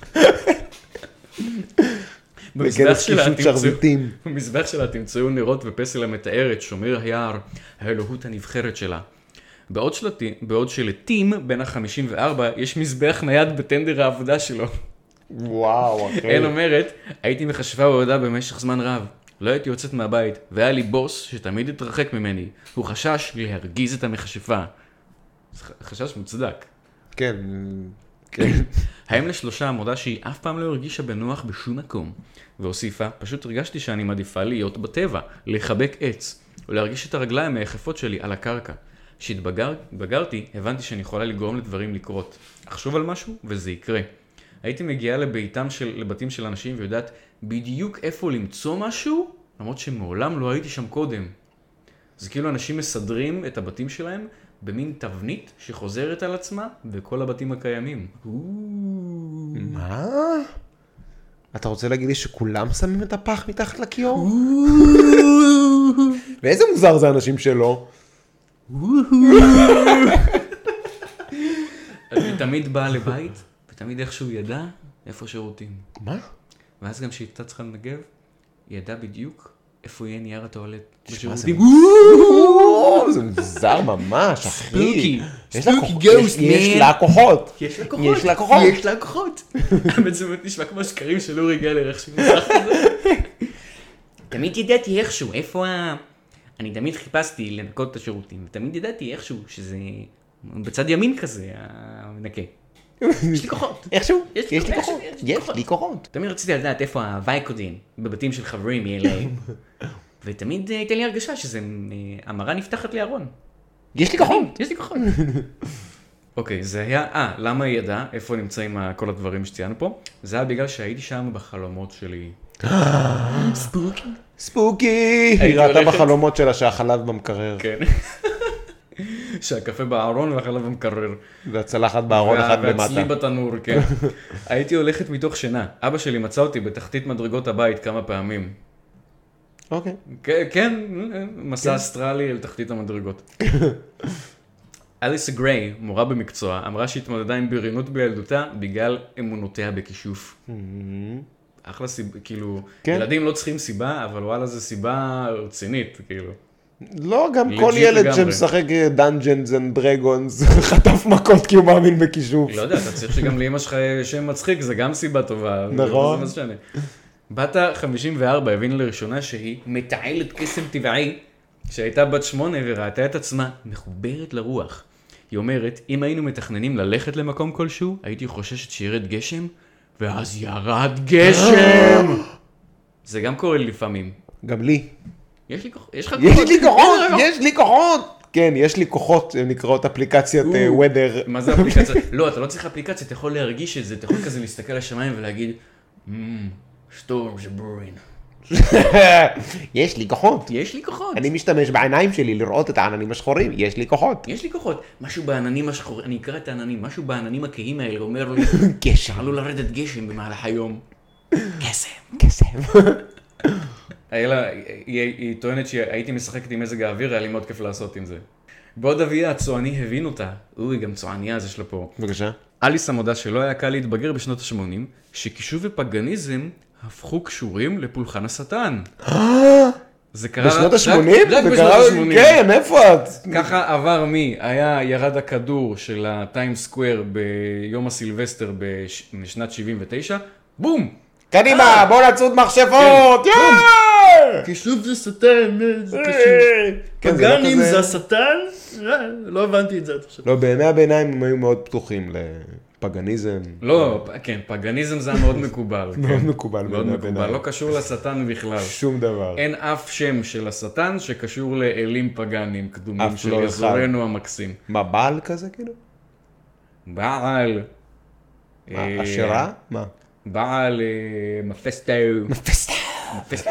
[SPEAKER 1] בכנס כישוף שרביטים.
[SPEAKER 2] במזבח שלה תמצאו נרות ופסל המתאר את שומר היער, האלוהות הנבחרת שלה. בעוד, שלתי, בעוד שלטים, בין ה-חמישים וארבע, יש מזבח נייד בטנדר העבודה שלו.
[SPEAKER 1] וואו, אחי.
[SPEAKER 2] אין אומרת, הייתי מחשבה ועודה במשך זמן רב. לא הייתי יוצאת מהבית, והיה לי בוס שתמיד התרחק ממני. הוא חשש להרגיז את המכשפה. חשש מוצדק.
[SPEAKER 1] כן, כן.
[SPEAKER 2] האם לשלושה מודה שהיא אף פעם לא הרגישה בנוח בשום מקום, והוסיפה, פשוט הרגשתי שאני מעדיפה להיות בטבע, לחבק עץ, ולהרגיש את הרגליים היחפות שלי על הקרקע. כשהתבגרתי, הבנתי שאני יכולה לגרום לדברים לקרות. אחשוב על משהו, וזה יקרה. הייתי מגיעה לביתם של, לבתים של אנשים ויודעת בדיוק איפה למצוא משהו, למרות שמעולם לא הייתי שם קודם. זה כאילו אנשים מסדרים את הבתים שלהם, במין תבנית שחוזרת על עצמה בכל הבתים הקיימים.
[SPEAKER 1] מה? אתה רוצה להגיד לי שכולם שמים את הפח מתחת לכיור? ואיזה מוזר זה אנשים שלו?
[SPEAKER 2] אני תמיד באה לבית, ותמיד איכשהו ידע איפה שירותים.
[SPEAKER 1] מה?
[SPEAKER 2] ואז גם שהיא הייתה צריכה לנגב, היא ידעה בדיוק איפה יהיה נייר הטואלט
[SPEAKER 1] בשירותים. זה מוזר ממש, אחי.
[SPEAKER 2] ספוקי,
[SPEAKER 1] יש לה כוחות.
[SPEAKER 2] יש לה כוחות.
[SPEAKER 1] יש לה כוחות.
[SPEAKER 2] יש לה כוחות. האמת זה באמת נשמע כמו שקרים של אורי גלר, איך שהוא נצח את זה. תמיד ידעתי איכשהו, איפה ה... אני תמיד חיפשתי לנקות את השירותים, ותמיד ידעתי איכשהו שזה בצד ימין כזה, המנקה. יש לי כוחות.
[SPEAKER 1] איכשהו, יש לי כוחות. יש לי כוחות.
[SPEAKER 2] תמיד רציתי לדעת איפה הווייקודין בבתים של חברים מ-אל איי. ותמיד הייתה לי הרגשה שזה המרה נפתחת לי ארון.
[SPEAKER 1] יש לי כוחות.
[SPEAKER 2] יש לי כוחות. אוקיי, זה היה, אה, למה היא ידעה איפה נמצאים כל הדברים שציינו פה? זה היה בגלל שהייתי שם בחלומות שלי.
[SPEAKER 1] ספוקי. ספוקי. היא ראתה בחלומות שלה שהחלב במקרר.
[SPEAKER 2] כן. שהקפה בארון והחלב במקרר.
[SPEAKER 1] והצלחת בארון אחד למטה.
[SPEAKER 2] והצלי בתנור, כן. הייתי הולכת מתוך שינה. אבא שלי מצא אותי בתחתית מדרגות הבית כמה פעמים.
[SPEAKER 1] אוקיי.
[SPEAKER 2] כן, מסע אסטרלי אל תחתית המדרגות. אליסה גריי, מורה במקצוע, אמרה שהתמודדה עם בריונות בילדותה בגלל אמונותיה בכישוף. אחלה סיבה, כאילו, ילדים לא צריכים סיבה, אבל וואלה זה סיבה רצינית, כאילו.
[SPEAKER 1] לא, גם כל ילד שמשחק Dungeons and Dragons חטף מכות כי הוא מאמין בכישוף.
[SPEAKER 2] לא יודע, אתה צריך שגם לאמא שלך שם מצחיק, זה גם סיבה טובה.
[SPEAKER 1] נכון.
[SPEAKER 2] בת ה-חמישים וארבע הבינה לראשונה שהיא מתעלת קסם טבעי, שהייתה בת שמונה וראתה את עצמה מחוברת לרוח. היא אומרת, אם היינו מתכננים ללכת למקום כלשהו, הייתי חוששת שירד גשם, ואז ירד גשם! זה גם קורה לי לפעמים.
[SPEAKER 1] גם לי.
[SPEAKER 2] יש לי כוחות. יש לך
[SPEAKER 1] כוחות? יש לי כוחות! יש לי כוחות! כן, יש לי כוחות, הן נקראות אפליקציית weather.
[SPEAKER 2] מה זה אפליקציה? לא, אתה לא צריך אפליקציה, אתה יכול להרגיש את זה, אתה יכול כזה להסתכל לשמיים ולהגיד, storms are brewing.
[SPEAKER 1] יש לי כוחות.
[SPEAKER 2] יש לי כוחות.
[SPEAKER 1] אני משתמש בעיניים שלי לראות את העננים השחורים, יש לי כוחות.
[SPEAKER 2] יש לי כוחות. משהו בעננים השחורים, אני אקרא את העננים, משהו בעננים הכהים האלה אומר לי,
[SPEAKER 1] גשם.
[SPEAKER 2] עלול לרדת גשם במהלך היום. קסם.
[SPEAKER 1] קסם.
[SPEAKER 2] היא טוענת שהייתי משחקת עם מזג האוויר, היה לי מאוד כיף לעשות עם זה. בעוד אביה הצועני הבין אותה, אוי, גם צועניה אז יש לה פה.
[SPEAKER 1] בבקשה.
[SPEAKER 2] אליסה מודה שלא היה קל להתבגר בשנות ה-שמונים, שכישוף ופגניזם הפכו קשורים לפולחן השטן. זה קרה...
[SPEAKER 1] בשנות ה-שמונים?
[SPEAKER 2] רק בשנות ה-שמונים.
[SPEAKER 1] כן, איפה את?
[SPEAKER 2] ככה עבר מי? היה ירד הכדור של הטיים סקוואר ביום הסילבסטר בשנת שבעים ותשע, בום!
[SPEAKER 1] קדימה, בוא נצוד מכשפות!
[SPEAKER 2] כישוף זה שטן, זה כישוף. פגנים זה השטן? לא הבנתי את זה.
[SPEAKER 1] לא, בימי הביניים הם היו מאוד פתוחים לפגניזם.
[SPEAKER 2] לא, כן, פגניזם זה מאוד מקובל.
[SPEAKER 1] מאוד מקובל
[SPEAKER 2] בימי הביניים. לא קשור לשטן בכלל.
[SPEAKER 1] שום דבר.
[SPEAKER 2] אין אף שם של השטן שקשור לאלים פגנים קדומים של אזורנו המקסים.
[SPEAKER 1] מה, בעל כזה כאילו?
[SPEAKER 2] בעל.
[SPEAKER 1] אשרה? מה?
[SPEAKER 2] בעל מפסטו.
[SPEAKER 1] מפסטו.
[SPEAKER 2] מפסטו.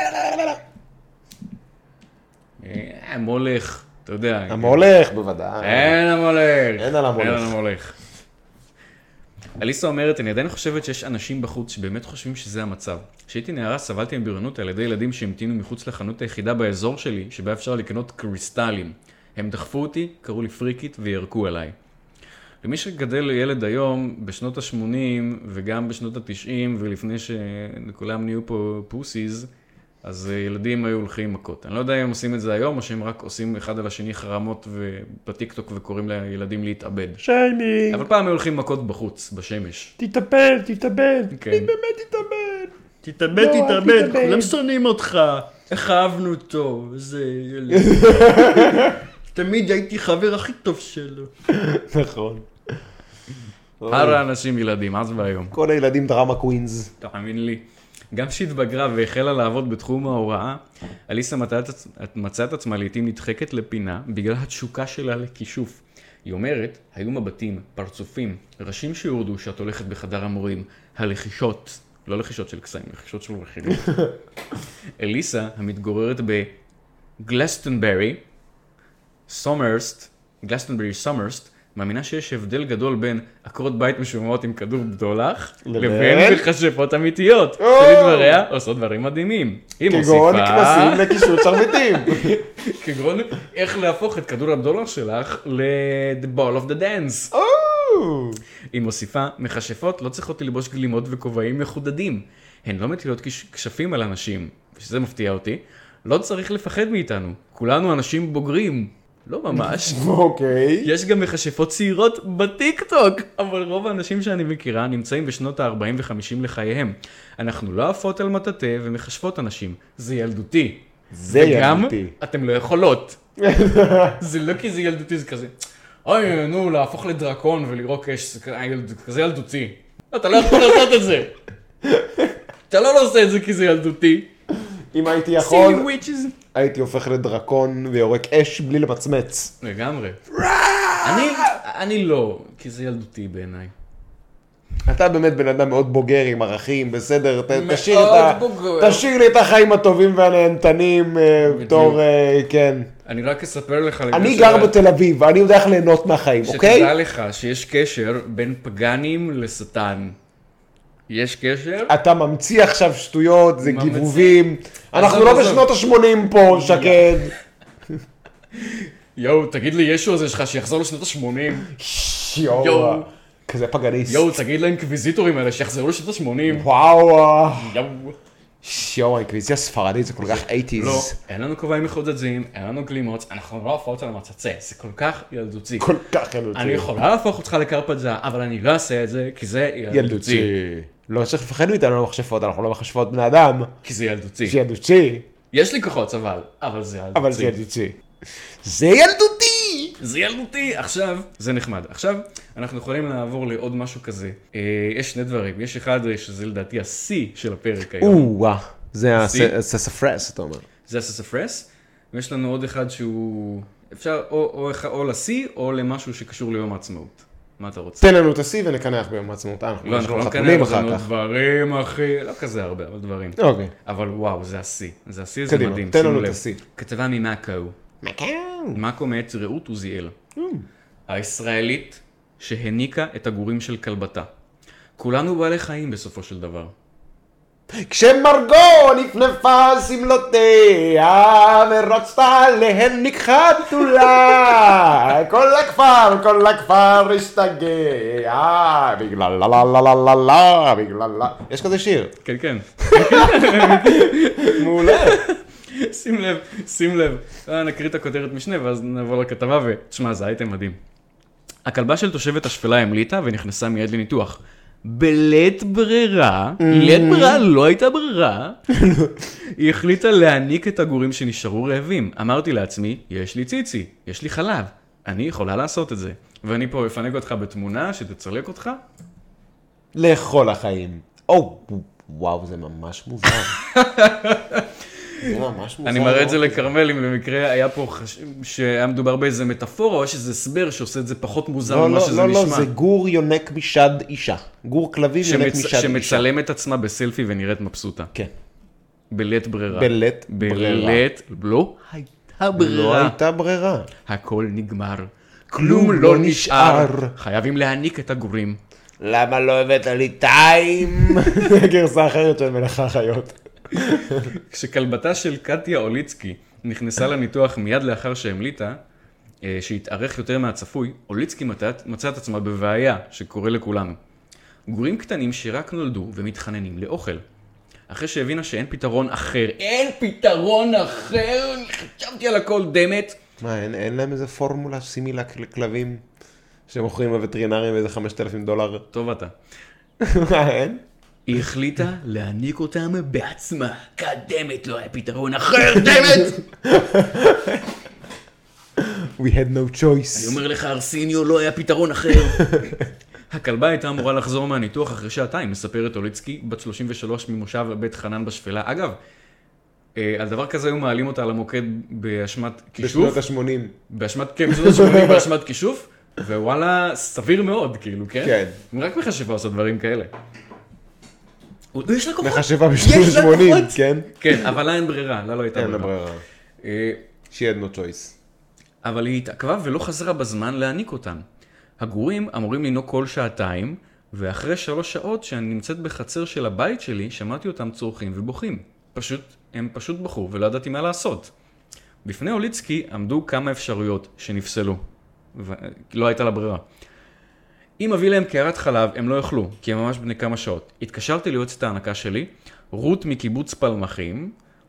[SPEAKER 2] המולך, אתה יודע.
[SPEAKER 1] המולך, בוודאי.
[SPEAKER 2] אין המולך.
[SPEAKER 1] אין על המולך.
[SPEAKER 2] אין על המולך. אליסה אומרת, אני עדיין חושבת שיש אנשים בחוץ שבאמת חושבים שזה המצב. כשהייתי נערה סבלתי עם בריונות על ידי ילדים שהמתינו מחוץ לחנות היחידה באזור שלי, שבה אפשר לקנות קריסטלים. הם דחפו אותי, קראו לי פריקית וירקו עליי. למי שגדל ילד היום, בשנות ה-שמונים וגם בשנות ה-תשעים, ולפני שכולם נהיו פה פוסיז, אז ילדים היו הולכים מכות. אני לא יודע אם הם עושים את זה היום, או שהם רק עושים אחד על השני חרמות בטיקטוק וקוראים לילדים להתאבד.
[SPEAKER 1] שיימינג.
[SPEAKER 2] אבל פעם הם הולכים מכות בחוץ, בשמש.
[SPEAKER 1] תתאבד, תתאבד.
[SPEAKER 2] כן.
[SPEAKER 1] אני באמת תתאבד.
[SPEAKER 2] תתאבד, תתאבד. כולם שונאים אותך. איך אהבנו אותו. זה ילד. תמיד הייתי חבר הכי טוב שלו.
[SPEAKER 1] נכון.
[SPEAKER 2] הר האנשים ילדים, אז והיום.
[SPEAKER 1] כל הילדים דרמה קווינס.
[SPEAKER 2] תאמין לי. גם שהתבגרה והחלה לעבוד בתחום ההוראה, אליסה מצאה את עצמה לעתים נדחקת לפינה בגלל התשוקה שלה לכישוף. היא אומרת, היו מבטים, פרצופים, ראשים שיורדו שאת הולכת בחדר המורים, הלחישות, לא לחישות של קסמים, לחישות של רכילות. אליסה, המתגוררת בגלסטונברי, סומרסט, גלסטונברי סומרסט, מאמינה שיש הבדל גדול בין עקרות בית משוממות עם כדור בדולח, לבין מכשפות אמיתיות, שלדבריה עושות דברים מדהימים.
[SPEAKER 1] כגון כנסים לקישוט שרביטים.
[SPEAKER 2] כגון איך להפוך את כדור הבדולח שלך ל-the ball of the dance. היא מוסיפה, מכשפות לא צריכות ללבוש גלימות וכובעים מחודדים. הן לא מטילות כשפים על אנשים, ושזה מפתיע אותי. לא צריך לפחד מאיתנו, כולנו אנשים בוגרים. לא ממש.
[SPEAKER 1] אוקיי.
[SPEAKER 2] יש גם מכשפות צעירות בטיק-טוק, אבל רוב האנשים שאני מכירה נמצאים בשנות ה-ארבעים ו-חמישים לחייהם. אנחנו לא עפות על מטאטה ומכשפות אנשים, זה ילדותי.
[SPEAKER 1] זה ילדותי.
[SPEAKER 2] וגם אתם לא יכולות. זה לא כי זה ילדותי, זה כזה. אוי, נו, להפוך לדרקון ולראות אש, זה כזה ילדותי. אתה לא יכול לעשות את זה. אתה לא עושה את זה כי זה ילדותי.
[SPEAKER 1] אם הייתי יכול, הייתי הופך לדרקון ויורק אש בלי למצמץ.
[SPEAKER 2] לגמרי. אני לא, כי זה ילדותי בעיניי.
[SPEAKER 1] אתה באמת בן אדם מאוד בוגר עם ערכים, בסדר? תשאיר לי את החיים הטובים והנהנתנים בתור, כן.
[SPEAKER 2] אני רק אספר לך...
[SPEAKER 1] אני גר בתל אביב, ואני יודע איך ליהנות מהחיים, אוקיי?
[SPEAKER 2] שתדע לך שיש קשר בין פגנים לשטן. יש קשר?
[SPEAKER 1] אתה ממציא עכשיו שטויות, זה גיבובים. אנחנו לא בשנות ה-שמונים פה, שקד.
[SPEAKER 2] יואו, תגיד לי, ישו הזה שלך שיחזור לשנות ה-שמונים.
[SPEAKER 1] יואו, כזה פגניסט.
[SPEAKER 2] יואו, תגיד לאינקוויזיטורים האלה שיחזרו לשנות ה-שמונים.
[SPEAKER 1] וואו. יואו. יואו, האינקוויזיציה הספרדית זה כל כך אייטיז.
[SPEAKER 2] לא, אין לנו כובעים מחודדים, אין לנו גלימות, אנחנו לא עפות על המצצה, זה כל כך ילדוצי.
[SPEAKER 1] כל כך ילדוצי.
[SPEAKER 2] אני יכולה להפוך אותך לקרפג'ה, אבל אני לא אעשה את זה, כי זה ילדוצי.
[SPEAKER 1] לא צריך לפחד מאיתנו למכשפות, אנחנו לא מכשפות בני אדם.
[SPEAKER 2] כי זה ילדוצי.
[SPEAKER 1] זה ילדוצי.
[SPEAKER 2] יש לי כוחות אבל, אבל זה ילדוצי.
[SPEAKER 1] אבל זה ילדוצי. זה ילדותי!
[SPEAKER 2] זה ילדותי! עכשיו, זה נחמד. עכשיו, אנחנו יכולים לעבור לעוד משהו כזה. יש שני דברים. יש אחד שזה לדעתי השיא של הפרק היום.
[SPEAKER 1] או-אה. זה הסספרס, אתה אומר.
[SPEAKER 2] זה הסספרס. ויש לנו עוד אחד שהוא... אפשר או, או, או לשיא או למשהו שקשור ליום העצמאות. מה אתה רוצה?
[SPEAKER 1] תן לנו את השיא ונקנח ביום העצמאות.
[SPEAKER 2] לא, אנחנו לא נקנח לנו דברים, אחי. לא כזה הרבה, אבל דברים.
[SPEAKER 1] אוקיי.
[SPEAKER 2] אבל וואו, זה השיא. זה השיא, זה מדהים.
[SPEAKER 1] תן לנו את השיא.
[SPEAKER 2] כתבה ממאקו. מאקו. מאקו מאת רעות עוזיאל. הישראלית שהניקה את הגורים של כלבתה. כולנו בעלי חיים בסופו של דבר.
[SPEAKER 1] כשמרגו נפנפה סמלותיה ורצתה להניק חתולה, כל הכפר, כל הכפר השתגע, בגלל לה לה לה לה לה לה, בגלל לה. יש כזה שיר.
[SPEAKER 2] כן, כן.
[SPEAKER 1] מעולה.
[SPEAKER 2] שים לב, שים לב. נקריא את הכותרת משנה ואז נעבור לכתבה ותשמע, זה הייתם מדהים. הכלבה של תושבת השפלה המליטה ונכנסה מיד לניתוח. בלית ברירה, בלית ברירה לא הייתה ברירה, היא החליטה להעניק את הגורים שנשארו רעבים. אמרתי לעצמי, יש לי ציצי, יש לי חלב, אני יכולה לעשות את זה. ואני פה אפנק אותך בתמונה שתצלק אותך.
[SPEAKER 1] לכל החיים. או, וואו, זה ממש מוזר.
[SPEAKER 2] אני מראה את זה לקרמל, אם במקרה היה פה שהיה מדובר באיזה מטאפורה, או שזה הסבר שעושה את זה פחות מוזר ממה שזה נשמע.
[SPEAKER 1] לא, לא, לא, זה גור יונק משד אישה. גור כלבי יונק משד אישה.
[SPEAKER 2] שמצלם את עצמה בסלפי ונראית מבסוטה.
[SPEAKER 1] כן.
[SPEAKER 2] בלית ברירה.
[SPEAKER 1] בלית ברירה.
[SPEAKER 2] בלית, לא הייתה ברירה.
[SPEAKER 1] לא הייתה ברירה.
[SPEAKER 2] הכל נגמר. כלום לא נשאר. חייבים להעניק את הגורים.
[SPEAKER 1] למה לא הבאת לי טיים? גרסה אחרת של מלך החיות.
[SPEAKER 2] כשכלבתה של קטיה אוליצקי נכנסה לניתוח מיד לאחר שהמליטה, שהתארך יותר מהצפוי, אוליצקי מצא את עצמה בבעיה שקורה לכולנו. גורים קטנים שרק נולדו ומתחננים לאוכל. אחרי שהבינה שאין פתרון אחר, אין פתרון אחר, חשבתי על הכל דמת.
[SPEAKER 1] מה, אין, אין להם איזה פורמולה סימילה לכלבים שמוכרים בווטרינרים באיזה חמשת אלפים דולר?
[SPEAKER 2] טוב אתה.
[SPEAKER 1] מה, אין?
[SPEAKER 2] היא החליטה להעניק אותם בעצמה. קדמת, לא היה פתרון אחר, דמת!
[SPEAKER 1] We had no choice.
[SPEAKER 2] אני אומר לך, ארסיניו, לא היה פתרון אחר. הכלבה הייתה אמורה לחזור מהניתוח אחרי שעתיים, מספרת אוליצקי, בת שלושים ושלוש ממושב בית חנן בשפלה. אגב, על דבר כזה היו מעלים אותה למוקד באשמת כישוף.
[SPEAKER 1] בשנות ה-שמונים.
[SPEAKER 2] באשמת, כן, בשנות ה-שמונים באשמת כישוף, ווואלה, סביר מאוד, כאילו, כן?
[SPEAKER 1] כן.
[SPEAKER 2] רק מחשבה עושה דברים כאלה. יש לקוחות.
[SPEAKER 1] מחשבה בשנות ה-שמונים, כן?
[SPEAKER 2] כן, אבל לה אין ברירה, לה לא הייתה
[SPEAKER 1] ברירה. אין לה ברירה. She had no choice.
[SPEAKER 2] אבל היא התעכבה ולא חזרה בזמן להעניק אותם. הגורים אמורים לנהוג כל שעתיים, ואחרי שלוש שעות שאני נמצאת בחצר של הבית שלי, שמעתי אותם צורכים ובוכים. פשוט, הם פשוט בחו ולא ידעתי מה לעשות. בפני אוליצקי עמדו כמה אפשרויות שנפסלו. לא הייתה לה ברירה. אם אביא להם קערת חלב, הם לא יאכלו, כי הם ממש בני כמה שעות. התקשרתי ליועצת ההנקה שלי, רות מקיבוץ פלמחים.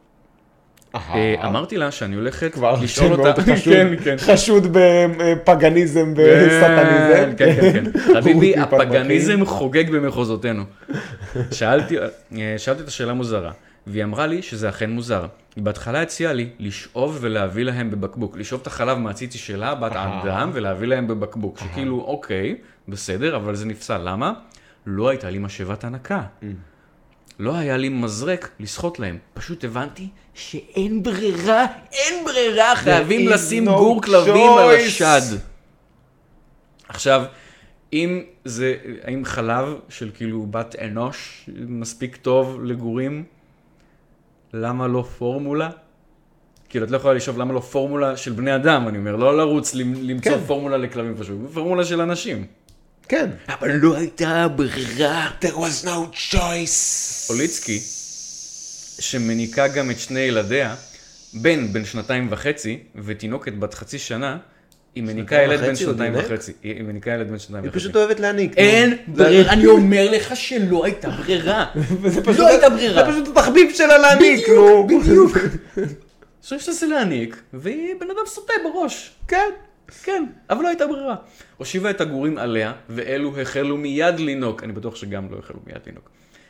[SPEAKER 2] אמרתי לה שאני הולכת לשאול אותה.
[SPEAKER 1] חשוד בפגניזם וסטניזם.
[SPEAKER 2] כן, כן, כן. חביבי, הפגניזם חוגג במחוזותינו. שאלתי את השאלה מוזרה, והיא אמרה לי שזה אכן מוזר. בהתחלה הציעה לי לשאוב ולהביא להם בבקבוק. לשאוב את החלב מהציצי שלה, בת אדם, ולהביא להם בבקבוק. שכאילו, אוקיי, בסדר, אבל זה נפסל. למה? לא הייתה לי משאבת הנקה. לא היה לי מזרק לשחות להם. פשוט הבנתי שאין ברירה, אין ברירה, חייבים לשים גור כלבים על השד. עכשיו, אם זה, האם חלב של כאילו בת אנוש מספיק טוב לגורים, למה לא פורמולה? כאילו, את לא יכולה לשאוב למה לא פורמולה של בני אדם, אני אומר, לא לרוץ למצוא כן. פורמולה לכלבים פשוט, פורמולה של אנשים.
[SPEAKER 1] כן.
[SPEAKER 2] אבל לא הייתה ברירה.
[SPEAKER 1] There was no choice.
[SPEAKER 2] אוליצקי, שמניקה גם את שני ילדיה, בן בן שנתיים וחצי, ותינוקת בת חצי שנה, היא מניקה ילד בן שנתיים וחצי. היא מניקה ילד בן שנתיים וחצי.
[SPEAKER 1] היא פשוט אוהבת להניק.
[SPEAKER 2] אין ברירה, אני אומר לך שלא הייתה ברירה. לא הייתה ברירה.
[SPEAKER 1] זה פשוט התחביב שלה להניק.
[SPEAKER 2] בדיוק, בדיוק. חושב שזה להניק, והיא בן אדם סוטה בראש.
[SPEAKER 1] כן.
[SPEAKER 2] כן, אבל לא הייתה ברירה. הושיבה את הגורים עליה, ואלו החלו מיד לינוק. אני בטוח שגם לא החלו מיד לינוק.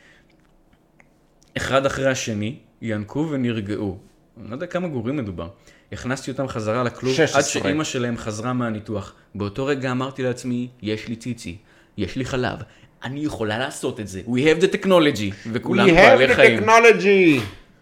[SPEAKER 2] אחד אחרי השני, ינקו ונרגעו. אני לא יודע כמה גורים מדובר. הכנסתי אותם חזרה לכלוב, עד שאמא שלהם חזרה מהניתוח. באותו רגע אמרתי לעצמי, יש לי ציצי, יש לי חלב, אני יכולה לעשות את זה. We have the technology, וכולם בעלי חיים.
[SPEAKER 1] We have the technology.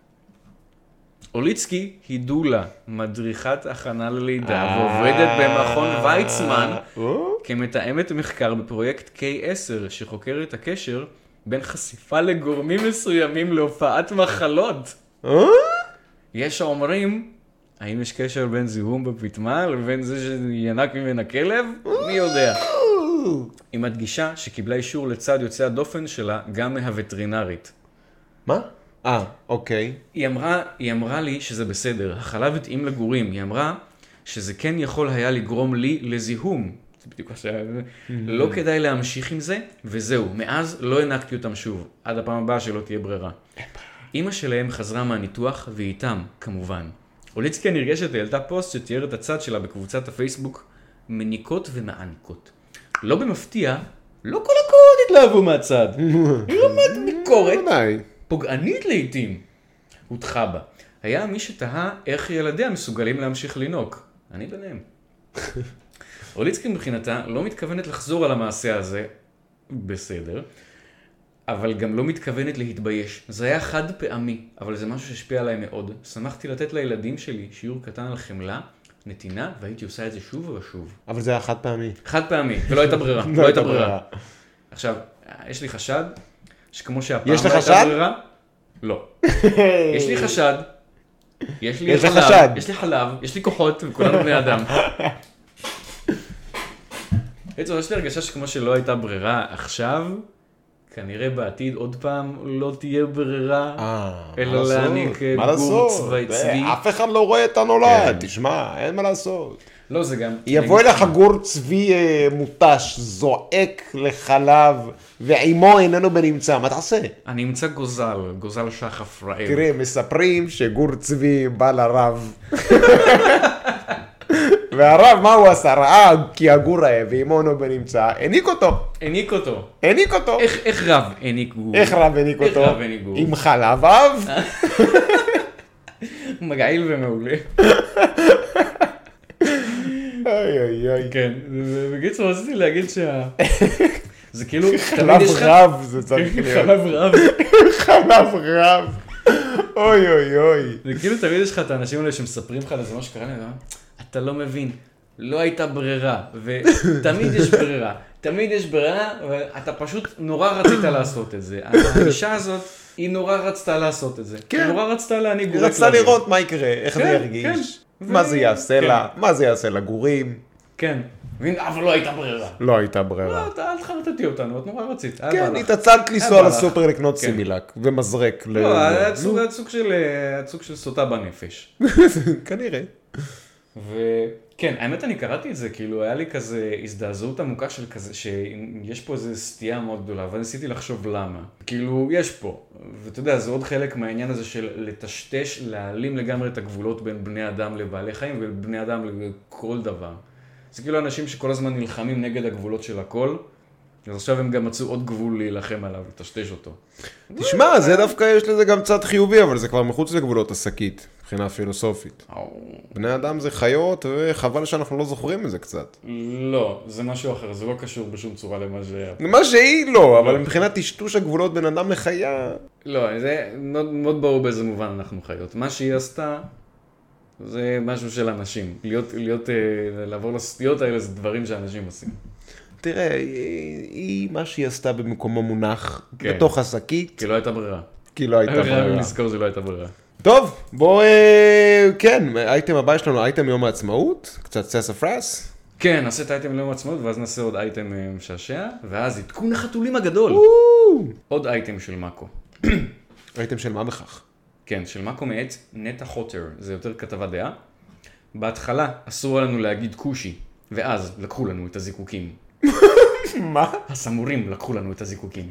[SPEAKER 2] אוליצקי היא דולה, מדריכת הכנה ללידה, ועובדת במכון ויצמן, כמתאמת מחקר בפרויקט קיי עשר, שחוקר את הקשר בין חשיפה לגורמים מסוימים להופעת מחלות. יש האומרים, האם יש קשר בין זיהום בפטמה לבין זה שינק ממנה כלב? מי יודע. היא מדגישה שקיבלה אישור לצד יוצא הדופן שלה גם מהווטרינרית.
[SPEAKER 1] מה? אה, אוקיי.
[SPEAKER 2] היא אמרה, היא אמרה לי שזה בסדר, החלב התאים לגורים. היא אמרה שזה כן יכול היה לגרום לי לזיהום. זה בדיוק מה שהיה. לא כדאי להמשיך עם זה, וזהו. מאז לא הענקתי אותם שוב, עד הפעם הבאה שלא תהיה ברירה. אמא שלהם חזרה מהניתוח, ואיתם, כמובן. אוליצקי הנרגשת העלתה פוסט שתיאר את הצד שלה בקבוצת הפייסבוק, מניקות ומענקות. לא במפתיע, לא כל הקורות התלהבו מהצד. היא רמת ביקורת. פוגענית לעתים. הותחה בה. היה מי שתהה איך ילדיה מסוגלים להמשיך לנוק. אני ביניהם. אוליצקי מבחינתה לא מתכוונת לחזור על המעשה הזה, בסדר, אבל גם לא מתכוונת להתבייש. זה היה חד פעמי, אבל זה משהו שהשפיע עליי מאוד. שמחתי לתת לילדים שלי שיעור קטן על חמלה, נתינה, והייתי עושה את זה שוב ושוב.
[SPEAKER 1] אבל זה היה חד פעמי.
[SPEAKER 2] חד פעמי, ולא הייתה ברירה. לא הייתה ברירה. עכשיו, יש לי חשד, שכמו שהפעם לא הייתה ברירה, לא. יש לי חשד, יש לי חלב, יש לי חלב, יש לי כוחות, וכולנו בני אדם. בעצם, יש לי הרגשה שכמו שלא הייתה ברירה עכשיו, כנראה בעתיד עוד פעם לא תהיה ברירה, אלא להעניק גור צבאי צבי.
[SPEAKER 1] אף אחד לא רואה את הנולד, תשמע, אין מה לעשות.
[SPEAKER 2] לא, זה גם...
[SPEAKER 1] יבוא אליך גור צבי מוטש, זועק לחלב, ועימו איננו בנמצא, מה תעשה?
[SPEAKER 2] אני אמצא גוזל, גוזל שחף רעב.
[SPEAKER 1] תראה, מספרים שגור צבי בא לרב. והרב, מה הוא עשה? ראה כי הגור רעב, ועימו אינו בנמצא, העניק אותו.
[SPEAKER 2] העניק אותו.
[SPEAKER 1] העניק אותו.
[SPEAKER 2] איך רב העניק גור?
[SPEAKER 1] איך רב העניק אותו?
[SPEAKER 2] איך רב העניק גור?
[SPEAKER 1] עם חלב אב.
[SPEAKER 2] מגעיל ומעולה.
[SPEAKER 1] אוי אוי אוי.
[SPEAKER 2] כן, בקיצור רציתי להגיד שה... זה כאילו...
[SPEAKER 1] חלב רב זה צריך להיות.
[SPEAKER 2] חלב רב.
[SPEAKER 1] חלב רב. אוי אוי אוי.
[SPEAKER 2] זה כאילו תמיד יש לך את האנשים האלה שמספרים לך לזה מה שקרה לי, אתה לא מבין, לא הייתה ברירה, ותמיד יש ברירה. תמיד יש ברירה, ואתה פשוט נורא רצית לעשות את זה. האישה הזאת, היא נורא רצתה לעשות את זה. היא נורא רצתה להניק גורי
[SPEAKER 1] כלבים. היא רצתה לראות מה יקרה, איך זה ירגיש. מה זה יעשה לה, מה זה יעשה לגורים.
[SPEAKER 2] כן. אבל לא הייתה ברירה.
[SPEAKER 1] לא הייתה ברירה.
[SPEAKER 2] לא, אתה אל תחרטטי אותנו, את נורא רצית.
[SPEAKER 1] כן, התעצלת לנסוע לסופר לקנות סימילק ומזרק.
[SPEAKER 2] לא, היה סוג של סוטה בנפש.
[SPEAKER 1] כנראה.
[SPEAKER 2] וכן, האמת אני קראתי את זה, כאילו היה לי כזה הזדעזעות עמוקה של כזה, שיש פה איזו סטייה מאוד גדולה, אבל ניסיתי לחשוב למה. כאילו, יש פה, ואתה יודע, זה עוד חלק מהעניין הזה של לטשטש, להעלים לגמרי את הגבולות בין בני אדם לבעלי חיים, ובני אדם לכל דבר. זה כאילו אנשים שכל הזמן נלחמים נגד הגבולות של הכל, אז עכשיו הם גם מצאו עוד גבול להילחם עליו, לטשטש אותו.
[SPEAKER 1] תשמע, זה דווקא יש לזה גם צד חיובי, אבל זה כבר מחוץ לגבולות השקית, מבחינה פילוסופית. בני אדם זה חיות, וחבל שאנחנו לא זוכרים את זה קצת.
[SPEAKER 2] לא, זה משהו אחר, זה לא קשור בשום צורה למה ש...
[SPEAKER 1] מה שהיא לא, אבל מבחינת טשטוש הגבולות בין אדם לחיה...
[SPEAKER 2] לא, זה מאוד ברור באיזה מובן אנחנו חיות. מה שהיא עשתה, זה משהו של אנשים. להיות, להיות, לעבור לסטיות האלה זה דברים שאנשים עושים.
[SPEAKER 1] תראה, היא, היא מה שהיא עשתה במקומו מונח, כן. בתוך השקית.
[SPEAKER 2] כי לא הייתה ברירה.
[SPEAKER 1] כי לא הייתה ברירה.
[SPEAKER 2] אני נזכור שלא הייתה ברירה.
[SPEAKER 1] טוב, בוא, כן, האייטם הבא שלנו, אייטם יום העצמאות, קצת ססה פרס.
[SPEAKER 2] כן, נעשה את האייטם ליום העצמאות, ואז נעשה עוד אייטם משעשע, ואז עדכון החתולים הגדול. עוד אייטם של מאקו.
[SPEAKER 1] אייטם של מה בכך?
[SPEAKER 2] כן, של מאקו מאת נטה חוטר, זה יותר כתבה דעה. בהתחלה אסור לנו להגיד קושי, ואז לקחו לנו את הזיקוקים.
[SPEAKER 1] מה?
[SPEAKER 2] הסמורים לקחו לנו את הזיקוקים.